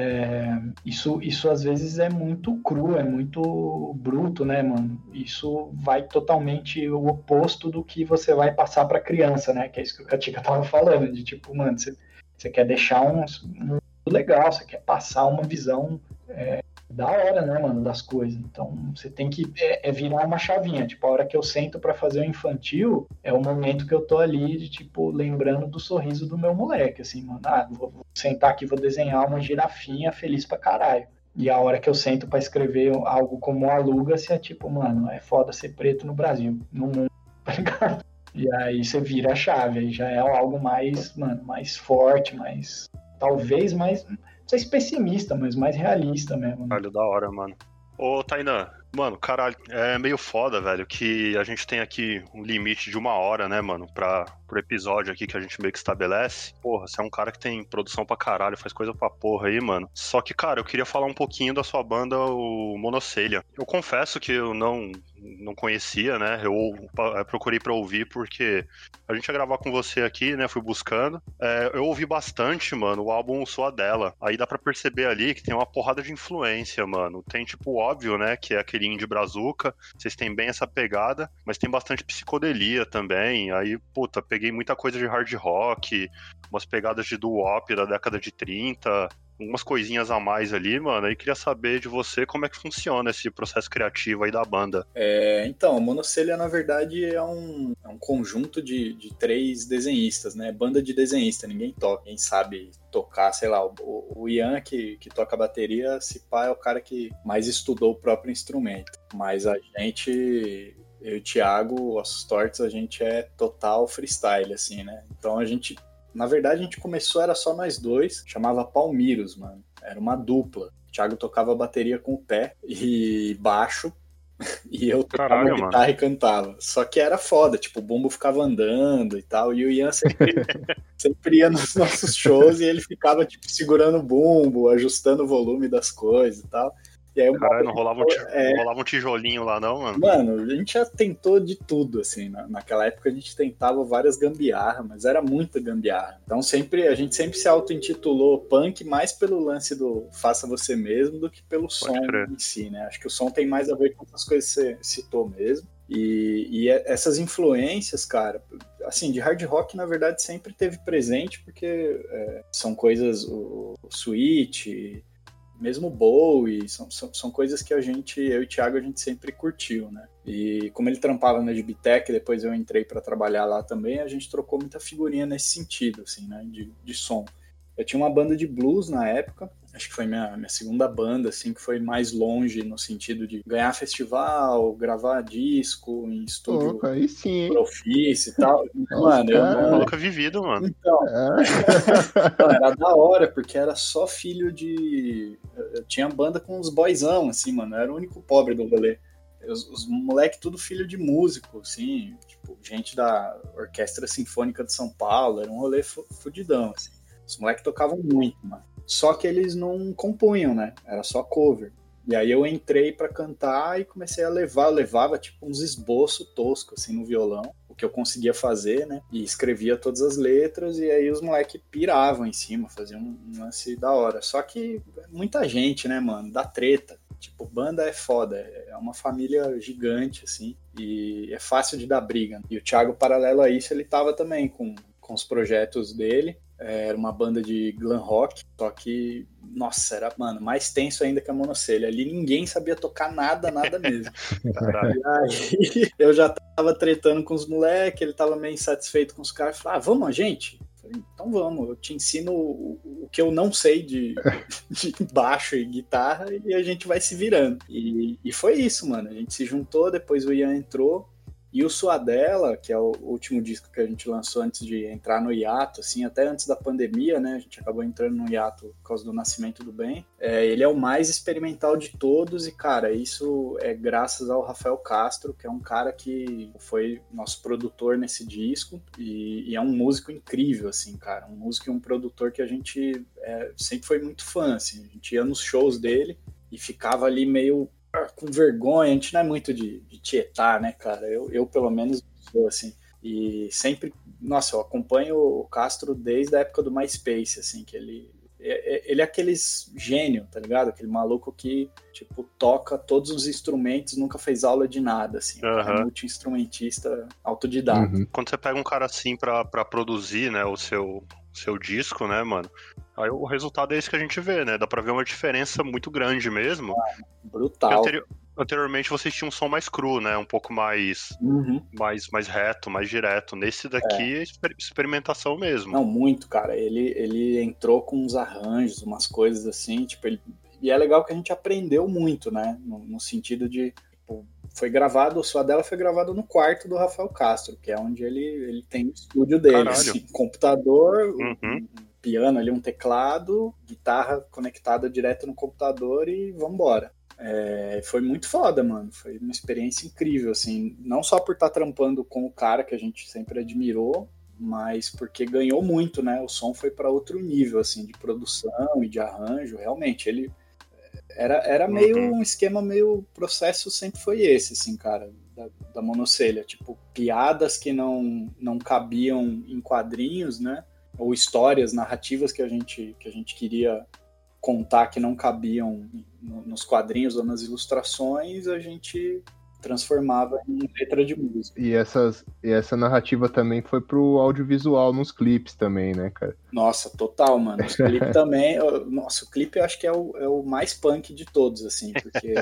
É, isso, isso às vezes é muito cru, é muito bruto, né, mano? Isso vai totalmente o oposto do que você vai passar pra criança, né? Que é isso que o Katika tava falando, de tipo, mano, você, você quer deixar um, um legal, você quer passar uma visão é, da hora, né, mano, das coisas. Então, você tem que é, é virar uma chavinha. Tipo, a hora que eu sento pra fazer o infantil, é o momento que eu tô ali, de, tipo, lembrando do sorriso do meu moleque, assim, mano. Ah, vou, vou sentar aqui, vou desenhar uma girafinha feliz pra caralho. E a hora que eu sento pra escrever algo como Aluga-se, é tipo, mano, é foda ser preto no Brasil, no mundo, tá ligado? E aí você vira a chave, aí já é algo mais, mano, mais forte, mais... talvez mais... não sei se pessimista, mas mais realista mesmo. Né? Caralho, da hora, mano. Ô, Tainan, mano, caralho, é meio foda, velho, que a gente tem aqui um limite de uma hora, né, mano, pra, pro episódio aqui que a gente meio que estabelece. Porra, você é um cara que tem produção pra caralho, faz coisa pra porra aí, mano. Só que, cara, eu queria falar um pouquinho da sua banda, o Monocelha. Eu confesso que eu não... não conhecia, né? Eu procurei pra ouvir porque a gente ia gravar com você aqui, né? Fui buscando. É, eu ouvi bastante, mano, o álbum Sua Dela. Aí dá pra perceber ali que tem uma porrada de influência, mano. Tem, tipo, óbvio, né? Que é aquele indie brazuca. Vocês têm bem essa pegada, mas tem bastante psicodelia também. Aí, puta, peguei muita coisa de hard rock, umas pegadas de doo-wop da década de trinta... umas coisinhas a mais ali, mano. Aí queria saber de você como é que funciona esse processo criativo aí da banda. É, então, Monocelha, na verdade, é um, é um conjunto de, de três desenhistas, né? Banda de desenhista, ninguém toca, ninguém sabe tocar, sei lá, o, o Ian, que, que toca bateria, se pá, é o cara que mais estudou o próprio instrumento. Mas a gente... eu e o Thiago, Ossos Tortos, a gente é total freestyle, assim, né? Então a gente... na verdade, a gente começou, era só nós dois, chamava Palmiros, mano. Era uma dupla. O Thiago tocava bateria com o pé e baixo, e eu tocava Caralho, guitarra mano. E cantava. Só que era foda, tipo, o bumbo ficava andando e tal, e o Ian sempre, sempre ia nos nossos shows e ele ficava, tipo, segurando o bumbo, ajustando o volume das coisas e tal. E aí, Caralho, não rolava, um tij... é... não rolava um tijolinho lá não, mano? Mano, a gente já tentou de tudo, assim, na, naquela época a gente tentava várias gambiarras, mas era muita gambiarra. Então sempre, a gente sempre se auto-intitulou punk mais pelo lance do faça você mesmo do que pelo Pode som crer. Em si, né? Acho que o som tem mais a ver com essas coisas que você citou mesmo. E, e essas influências, cara, assim, de hard rock, na verdade, sempre teve presente, porque é, são coisas, o, o Sweet... mesmo Bowie, são, são, são coisas que a gente, eu e o Thiago, a gente sempre curtiu, né? E como ele trampava na Gibitec, depois eu entrei para trabalhar lá também, a gente trocou muita figurinha nesse sentido, assim, né? De, de som. Eu tinha uma banda de blues na época, acho que foi minha, minha segunda banda, assim, que foi mais longe no sentido de ganhar festival, gravar disco em estúdio Opa, aí sim, Profício e tal. Mano, eu não... nunca vivido, mano. Então, é. Era da hora, porque era só filho de... Eu tinha banda com uns boyzão, assim, mano, eu era o único pobre do rolê. Os, os moleques tudo filho de músico, assim, tipo, gente da Orquestra Sinfônica de São Paulo, era um rolê fudidão, assim. Os moleques tocavam muito, mano. Só que eles não compunham, né? Era só cover. E aí eu entrei pra cantar e comecei a levar. Eu levava tipo uns esboços toscos, assim, no violão. O que eu conseguia fazer, né? E escrevia todas as letras. E aí os moleques piravam em cima, faziam um lance da hora. Só que muita gente, né, mano? Dá treta. Tipo, banda é foda. É uma família gigante, assim. E é fácil de dar briga. E o Thiago, paralelo a isso, ele tava também com, com os projetos dele. Era uma banda de glam rock, só que, nossa, era, mano, mais tenso ainda que a Monocelha. Ali ninguém sabia tocar nada, nada mesmo. Caralho. Aí eu já tava tretando com os moleques, ele tava meio insatisfeito com os caras. Falei, ah, vamos, gente? Falei, então vamos, eu te ensino o, o que eu não sei de, de baixo e guitarra e a gente vai se virando. E, e foi isso, mano. A gente se juntou, depois o Ian entrou. E o Suadela, que é o último disco que a gente lançou antes de entrar no hiato, assim, até antes da pandemia, né? A gente acabou entrando no hiato por causa do Nascimento do Bem. É, ele é o mais experimental de todos e, cara, isso é graças ao Rafael Castro, que é um cara que foi nosso produtor nesse disco e, e é um músico incrível, assim, cara. Um músico e um produtor que a gente é, sempre foi muito fã, assim. A gente ia nos shows dele e ficava ali meio com vergonha. A gente não é muito de, de tietar, né, cara? Eu, eu, pelo menos, sou assim. E sempre... Nossa, eu acompanho o Castro desde a época do MySpace, assim, que ele... Ele é aqueles gênio, tá ligado? Aquele maluco que, tipo, toca todos os instrumentos, nunca fez aula de nada, assim. Uhum. É multi-instrumentista autodidata. Uhum. Quando você pega um cara assim pra, pra produzir, né, o seu, seu disco, né, mano? Aí o resultado é esse que a gente vê, né? Dá pra ver uma diferença muito grande mesmo. Brutal. Anteri- anteriormente vocês tinham um som mais cru, né? Um pouco mais, Uhum. mais, mais reto, mais direto. Nesse daqui é, é exper- experimentação mesmo. Não, muito, cara. Ele, ele entrou com uns arranjos, umas coisas assim, tipo, ele... e é legal que a gente aprendeu muito, né? No, no sentido de, tipo, foi gravado, o Suadela foi gravado no quarto do Rafael Castro, que é onde ele, ele tem o estúdio dele, assim, computador, Uhum. um, um piano ali, um teclado, guitarra conectada direto no computador e vambora. É, foi muito foda, mano. Foi uma experiência incrível, assim, não só por estar trampando com o cara que a gente sempre admirou, mas porque ganhou muito, né? O som foi para outro nível, assim, de produção e de arranjo. Realmente, ele era, era meio Uhum. um esquema meio... O processo sempre foi esse, assim, cara, da, da Monocelha. Tipo, piadas que não, não cabiam em quadrinhos, né? Ou histórias, narrativas que a gente, que a gente queria contar que não cabiam no, nos quadrinhos ou nas ilustrações, a gente transformava em letra de música. E, essas, e essa narrativa também foi pro audiovisual nos clipes também, né, cara? Nossa, total, mano. Os clipes também... Nossa, o clipe eu acho que é o, é o mais punk de todos, assim, porque...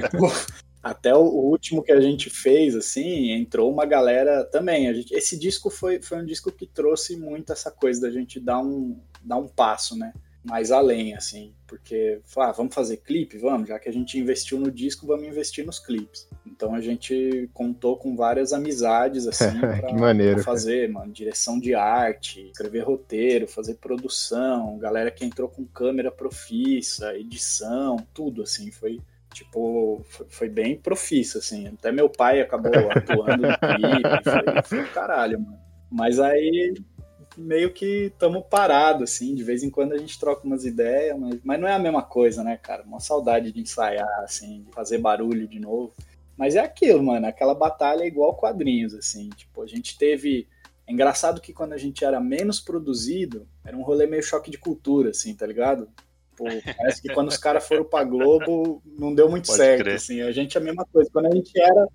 Até o último que a gente fez, assim, entrou uma galera também. A gente, esse disco foi, foi um disco que trouxe muito essa coisa da gente dar um, dar um passo, né? Mais além, assim. Porque, ah, vamos fazer clipe? Vamos. Já que a gente investiu no disco, vamos investir nos clipes. Então a gente contou com várias amizades, assim, pra, que maneiro, pra fazer, cara. Mano. Direção de arte, escrever roteiro, fazer produção, galera que entrou com câmera profissa, edição, tudo, assim, foi... Tipo, foi bem profício, assim. Até meu pai acabou atuando no clipe. Foi, foi do caralho, mano. Mas aí, meio que tamo parado, assim. De vez em quando a gente troca umas ideias, mas, mas não é a mesma coisa, né, cara? Uma saudade de ensaiar, assim, de fazer barulho de novo. Mas é aquilo, mano. Aquela batalha é igual quadrinhos, assim. Tipo, a gente teve... É engraçado que quando a gente era menos produzido, era um rolê meio choque de cultura, assim, tá ligado? Pô, parece que quando os caras foram pra Globo não deu muito Pode certo, crer. assim, a gente é a mesma coisa, quando a gente era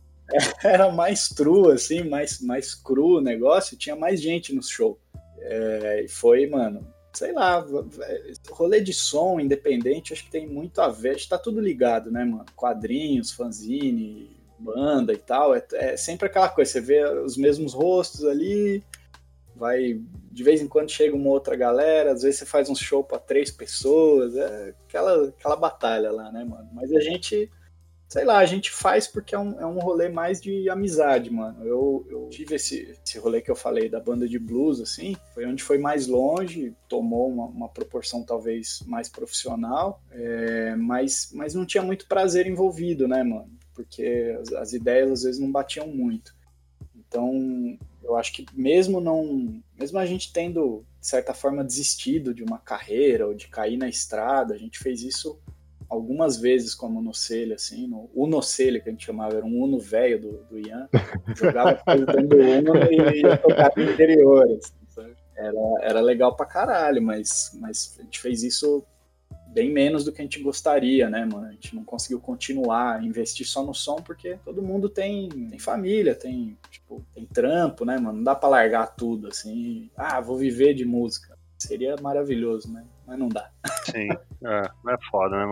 era mais true, assim, mais, mais cru o negócio, tinha mais gente no show, é, e foi, mano, sei lá, rolê de som independente, acho que tem muito a ver, acho que tá tudo ligado, né, mano, quadrinhos, fanzine, banda e tal, é, é sempre aquela coisa, você vê os mesmos rostos ali, vai, de vez em quando chega uma outra galera, às vezes você faz um show pra três pessoas, é aquela, aquela batalha lá, né, mano? Mas a gente, sei lá, a gente faz porque é um, é um rolê mais de amizade, mano. Eu, eu tive esse, esse rolê que eu falei da banda de blues, assim, foi onde foi mais longe, tomou uma, uma proporção talvez mais profissional, é, mas, mas não tinha muito prazer envolvido, né, mano? Porque as, as ideias às vezes não batiam muito. Então, eu acho que mesmo não, mesmo a gente tendo, de certa forma, desistido de uma carreira ou de cair na estrada, a gente fez isso algumas vezes com a Monocelha, assim, no Unocelha, que a gente chamava, era um Uno velho do, do Ian, jogava coisa dentro do Uno e ia tocar no interior, assim, sabe? Era, era legal pra caralho, mas, mas a gente fez isso bem menos do que a gente gostaria, né, mano? A gente não conseguiu continuar, investir só no som, porque todo mundo tem, tem família, tem, tipo, tem trampo, né, mano? Não dá pra largar tudo, assim, ah, vou viver de música. Seria maravilhoso, né? Mas não dá. Sim, é, é foda, né, mano?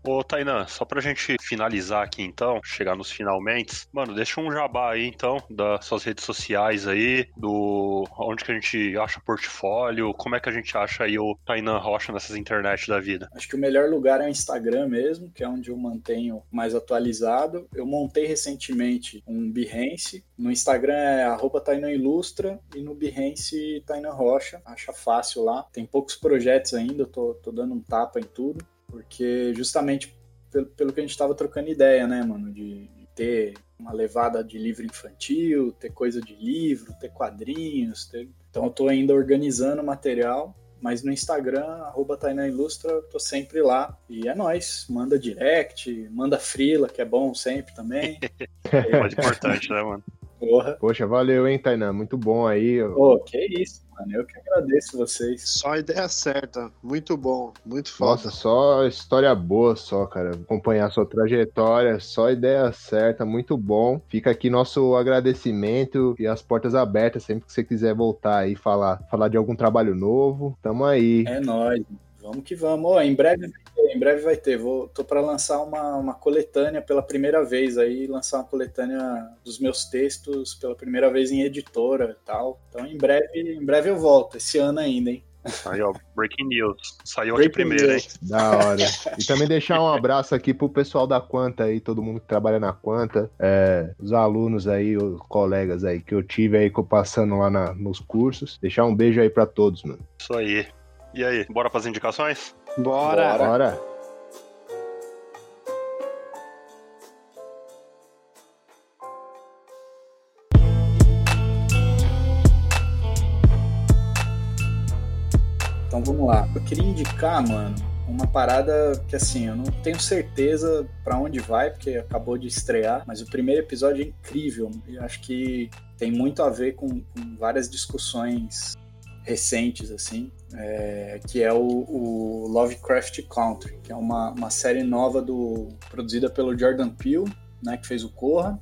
Ô, Tainan, só pra gente finalizar aqui então, chegar nos finalmente, mano, deixa um jabá aí então, das suas redes sociais aí, do onde que a gente acha portfólio, como é que a gente acha aí o Tainan Rocha nessas internet da vida? Acho que o melhor lugar é o Instagram mesmo, que é onde eu mantenho mais atualizado. Eu montei recentemente um Behance, no Instagram é arroba Tainan Ilustra e no Behance Tainan Rocha, acha fácil lá. Tem poucos projetos ainda, eu tô, tô dando um tapa em tudo. Porque justamente pelo, pelo que a gente estava trocando ideia, né, mano? De, de ter uma levada de livro infantil, ter coisa de livro, ter quadrinhos. Ter... Então eu tô ainda organizando o material, mas no Instagram, arroba Tainan Ilustra, eu tô sempre lá. E é nóis, manda direct, manda frila, que é bom sempre também. É mais importante, né, mano? Porra. Poxa, valeu, hein, Tainan? Muito bom aí. Pô, que isso, mano. Eu que agradeço vocês. Só ideia certa. Muito bom. Muito foda. Nossa, só história boa só, cara. Acompanhar sua trajetória, só ideia certa, muito bom. Fica aqui nosso agradecimento e as portas abertas sempre que você quiser voltar aí falar, falar de algum trabalho novo. Tamo aí. É nóis. Vamos que vamos. Oh, em breve vai ter, em breve vai ter. Vou, tô para lançar uma, uma coletânea pela primeira vez aí, lançar uma coletânea dos meus textos pela primeira vez em editora e tal. Então em breve, em breve eu volto, esse ano ainda, hein? Aí, ó, breaking news. Saiu Breaking aqui primeiro, news. hein? Da hora. E também deixar um abraço aqui pro pessoal da Quanta aí, todo mundo que trabalha na Quanta, é, os alunos aí, os colegas aí que eu tive aí passando lá na, nos cursos. Deixar um beijo aí pra todos, mano. Isso aí. E aí, bora pras indicações? Bora! Bora! Então vamos lá. Eu queria indicar, mano, uma parada que assim, eu não tenho certeza pra onde vai, porque acabou de estrear, mas o primeiro episódio é incrível. E acho que tem muito a ver com, com várias discussões recentes, assim, é, que é o, o Lovecraft Country, que é uma, uma série nova do, produzida pelo Jordan Peele, né, que fez o Corra,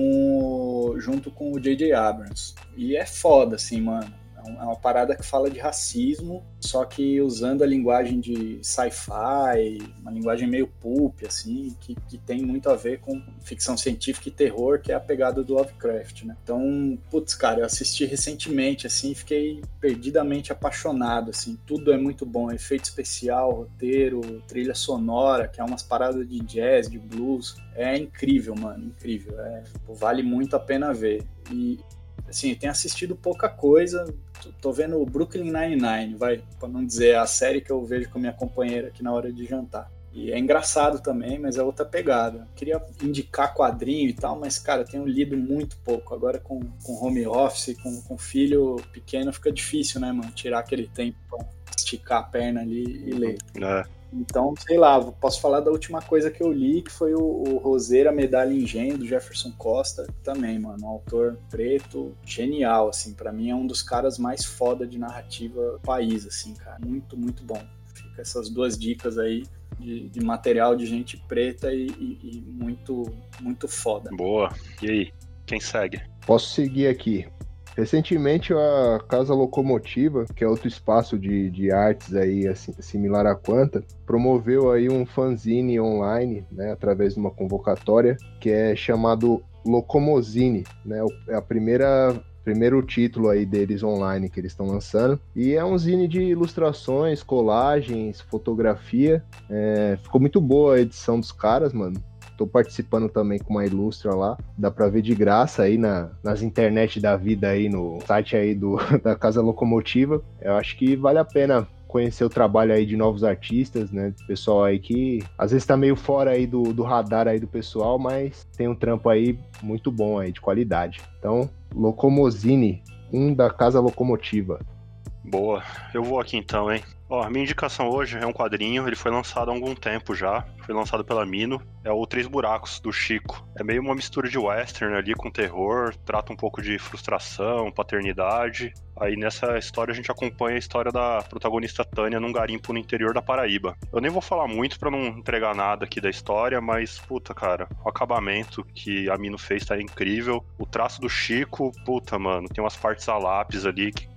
com, junto com o J J Abrams. E é foda, assim, mano. É uma parada que fala de racismo, só que usando a linguagem de sci-fi, uma linguagem meio pulp, assim, que, que tem muito a ver com ficção científica e terror, que é a pegada do Lovecraft, né? Então, putz, cara, eu assisti recentemente, assim, e fiquei perdidamente apaixonado, assim, tudo é muito bom, efeito especial, roteiro, trilha sonora, que é umas paradas de jazz, de blues, é incrível, mano, incrível, é, vale muito a pena ver. E assim, eu tenho assistido pouca coisa, tô vendo o Brooklyn Nine-Nine, vai, pra não dizer a série que eu vejo com minha companheira aqui na hora de jantar. E é engraçado também, mas é outra pegada. Queria indicar quadrinho e tal, mas, cara, eu tenho lido muito pouco. Agora com, com home office, com, com filho pequeno, fica difícil, né, mano? Tirar aquele tempo pra esticar a perna ali e ler. É. Então, sei lá, posso falar da última coisa que eu li, que foi o, o Roseira Medalha em Engenho, do Jefferson Costa, também, mano, um autor preto, genial, assim, pra mim é um dos caras mais foda de narrativa do país, assim, cara, muito, muito bom. Fica essas duas dicas aí de, de material de gente preta e, e, e muito, muito foda. Boa. E aí, quem segue? Posso seguir aqui. Recentemente, a Casa Locomotiva, que é outro espaço de, de artes aí, assim, similar à Quanta, promoveu aí um fanzine online, né, através de uma convocatória, que é chamado Locomozine, né, é a primeira... primeiro título aí deles online que eles estão lançando, e é um zine de ilustrações, colagens, fotografia, é, ficou muito boa a edição dos caras, mano. Tô participando também com uma ilustra lá, dá pra ver de graça aí na, nas internet da vida aí, no site aí do, da Casa Locomotiva. Eu acho que vale a pena conhecer o trabalho aí de novos artistas, né, pessoal aí que às vezes tá meio fora aí do, do radar aí do pessoal, mas tem um trampo aí muito bom aí, de qualidade. Então, Locomozine, um da Casa Locomotiva. Boa. Eu vou aqui então, hein. Ó, a minha indicação hoje é um quadrinho, ele foi lançado há algum tempo já, foi lançado pela Mino, é o Três Buracos, do Chico. É meio uma mistura de western ali com terror, trata um pouco de frustração, paternidade. Aí nessa história a gente acompanha a história da protagonista Tânia num garimpo no interior da Paraíba. Eu nem vou falar muito pra não entregar nada aqui da história, mas, puta, cara, o acabamento que a Mino fez tá incrível. O traço do Chico, puta, mano, tem umas partes a lápis ali que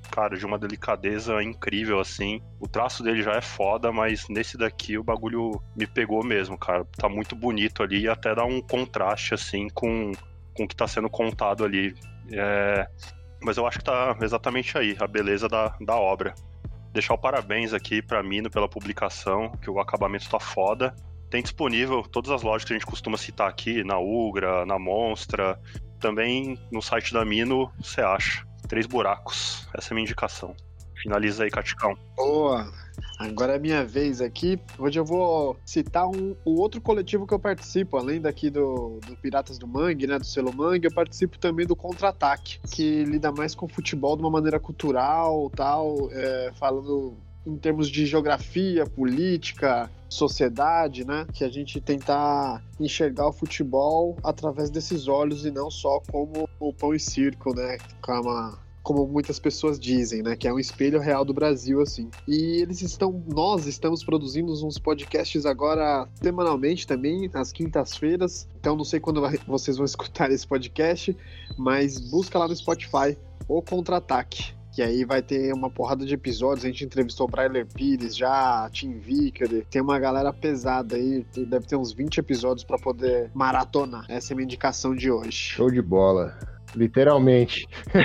cara, de uma delicadeza incrível, assim. O traço dele já é foda, mas nesse daqui o bagulho me pegou mesmo, cara. Tá muito bonito ali e até dá um contraste, assim, com, com o que tá sendo contado ali. É... Mas eu acho que tá exatamente aí, a beleza da, da obra. Deixar o parabéns aqui pra Mino pela publicação, que o acabamento tá foda. Tem disponível todas as lojas que a gente costuma citar aqui, na Ugra, na Monstra. Também no site da Mino você acha. Três buracos. Essa é a minha indicação. Finaliza aí, Caticão. Boa! Agora é minha vez aqui. Hoje eu vou citar um, o outro coletivo que eu participo, além daqui do, do Piratas do Mangue, né, do selo Mangue, eu participo também do Contra-Ataque, que lida mais com futebol de uma maneira cultural, tal, é, falando em termos de geografia, política, sociedade, né, que a gente tentar enxergar o futebol através desses olhos e não só como o pão e circo, né, como como muitas pessoas dizem, né, que é um espelho real do Brasil, assim. E eles estão, nós estamos produzindo uns podcasts agora semanalmente também, às quintas-feiras, então não sei quando vocês vão escutar esse podcast, mas busca lá no Spotify o Contra-Ataque, que aí vai ter uma porrada de episódios. A gente entrevistou o Brailer Pires já, Tim Vickery, tem uma galera pesada aí, deve ter uns vinte episódios para poder maratonar. Essa é a minha indicação de hoje. Show de bola. Literalmente.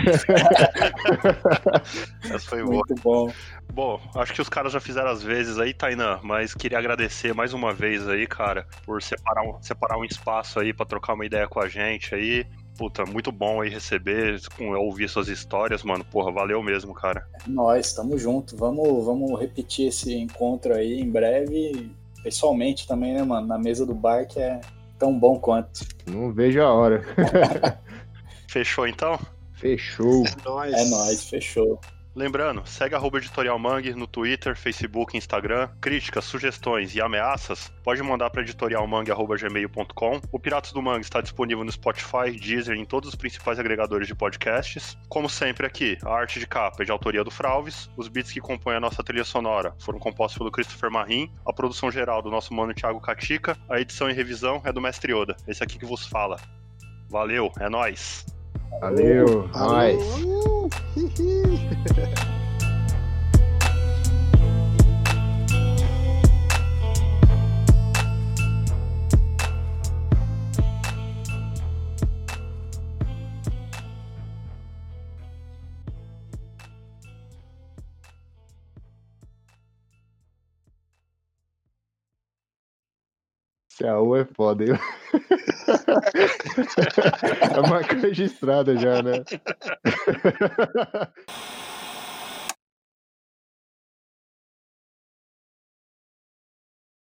Essa foi Muito boa. bom. Bom, acho que os caras já fizeram as vezes aí, Tainan, mas queria agradecer mais uma vez aí, cara, por separar um, separar um espaço aí pra trocar uma ideia com a gente aí. Puta, muito bom aí receber, ouvir suas histórias, mano. Porra, valeu mesmo, cara. Nós, tamo junto. Vamos, vamos repetir esse encontro aí em breve, pessoalmente também, né, mano? Na mesa do bar, que é tão bom quanto. Não vejo a hora. Fechou então? Fechou. É nóis. É nóis, fechou. Lembrando, segue arroba Editorial Mangue no Twitter, Facebook e Instagram. Críticas, sugestões e ameaças, pode mandar para editorialmangue arroba gmail ponto com. O Piratas do Mangue está disponível no Spotify, Deezer e em todos os principais agregadores de podcasts. Como sempre aqui, a arte de capa é de autoria do Fralves. Os beats que compõem a nossa trilha sonora foram compostos pelo Christopher Marim. A produção geral do nosso mano Thiago Catica. A edição e revisão é do Mestre Yoda, esse aqui que vos fala. Valeu, é nóis! Valeu, nós. Alô. C A U é foda, hein? É marca registrada já, né?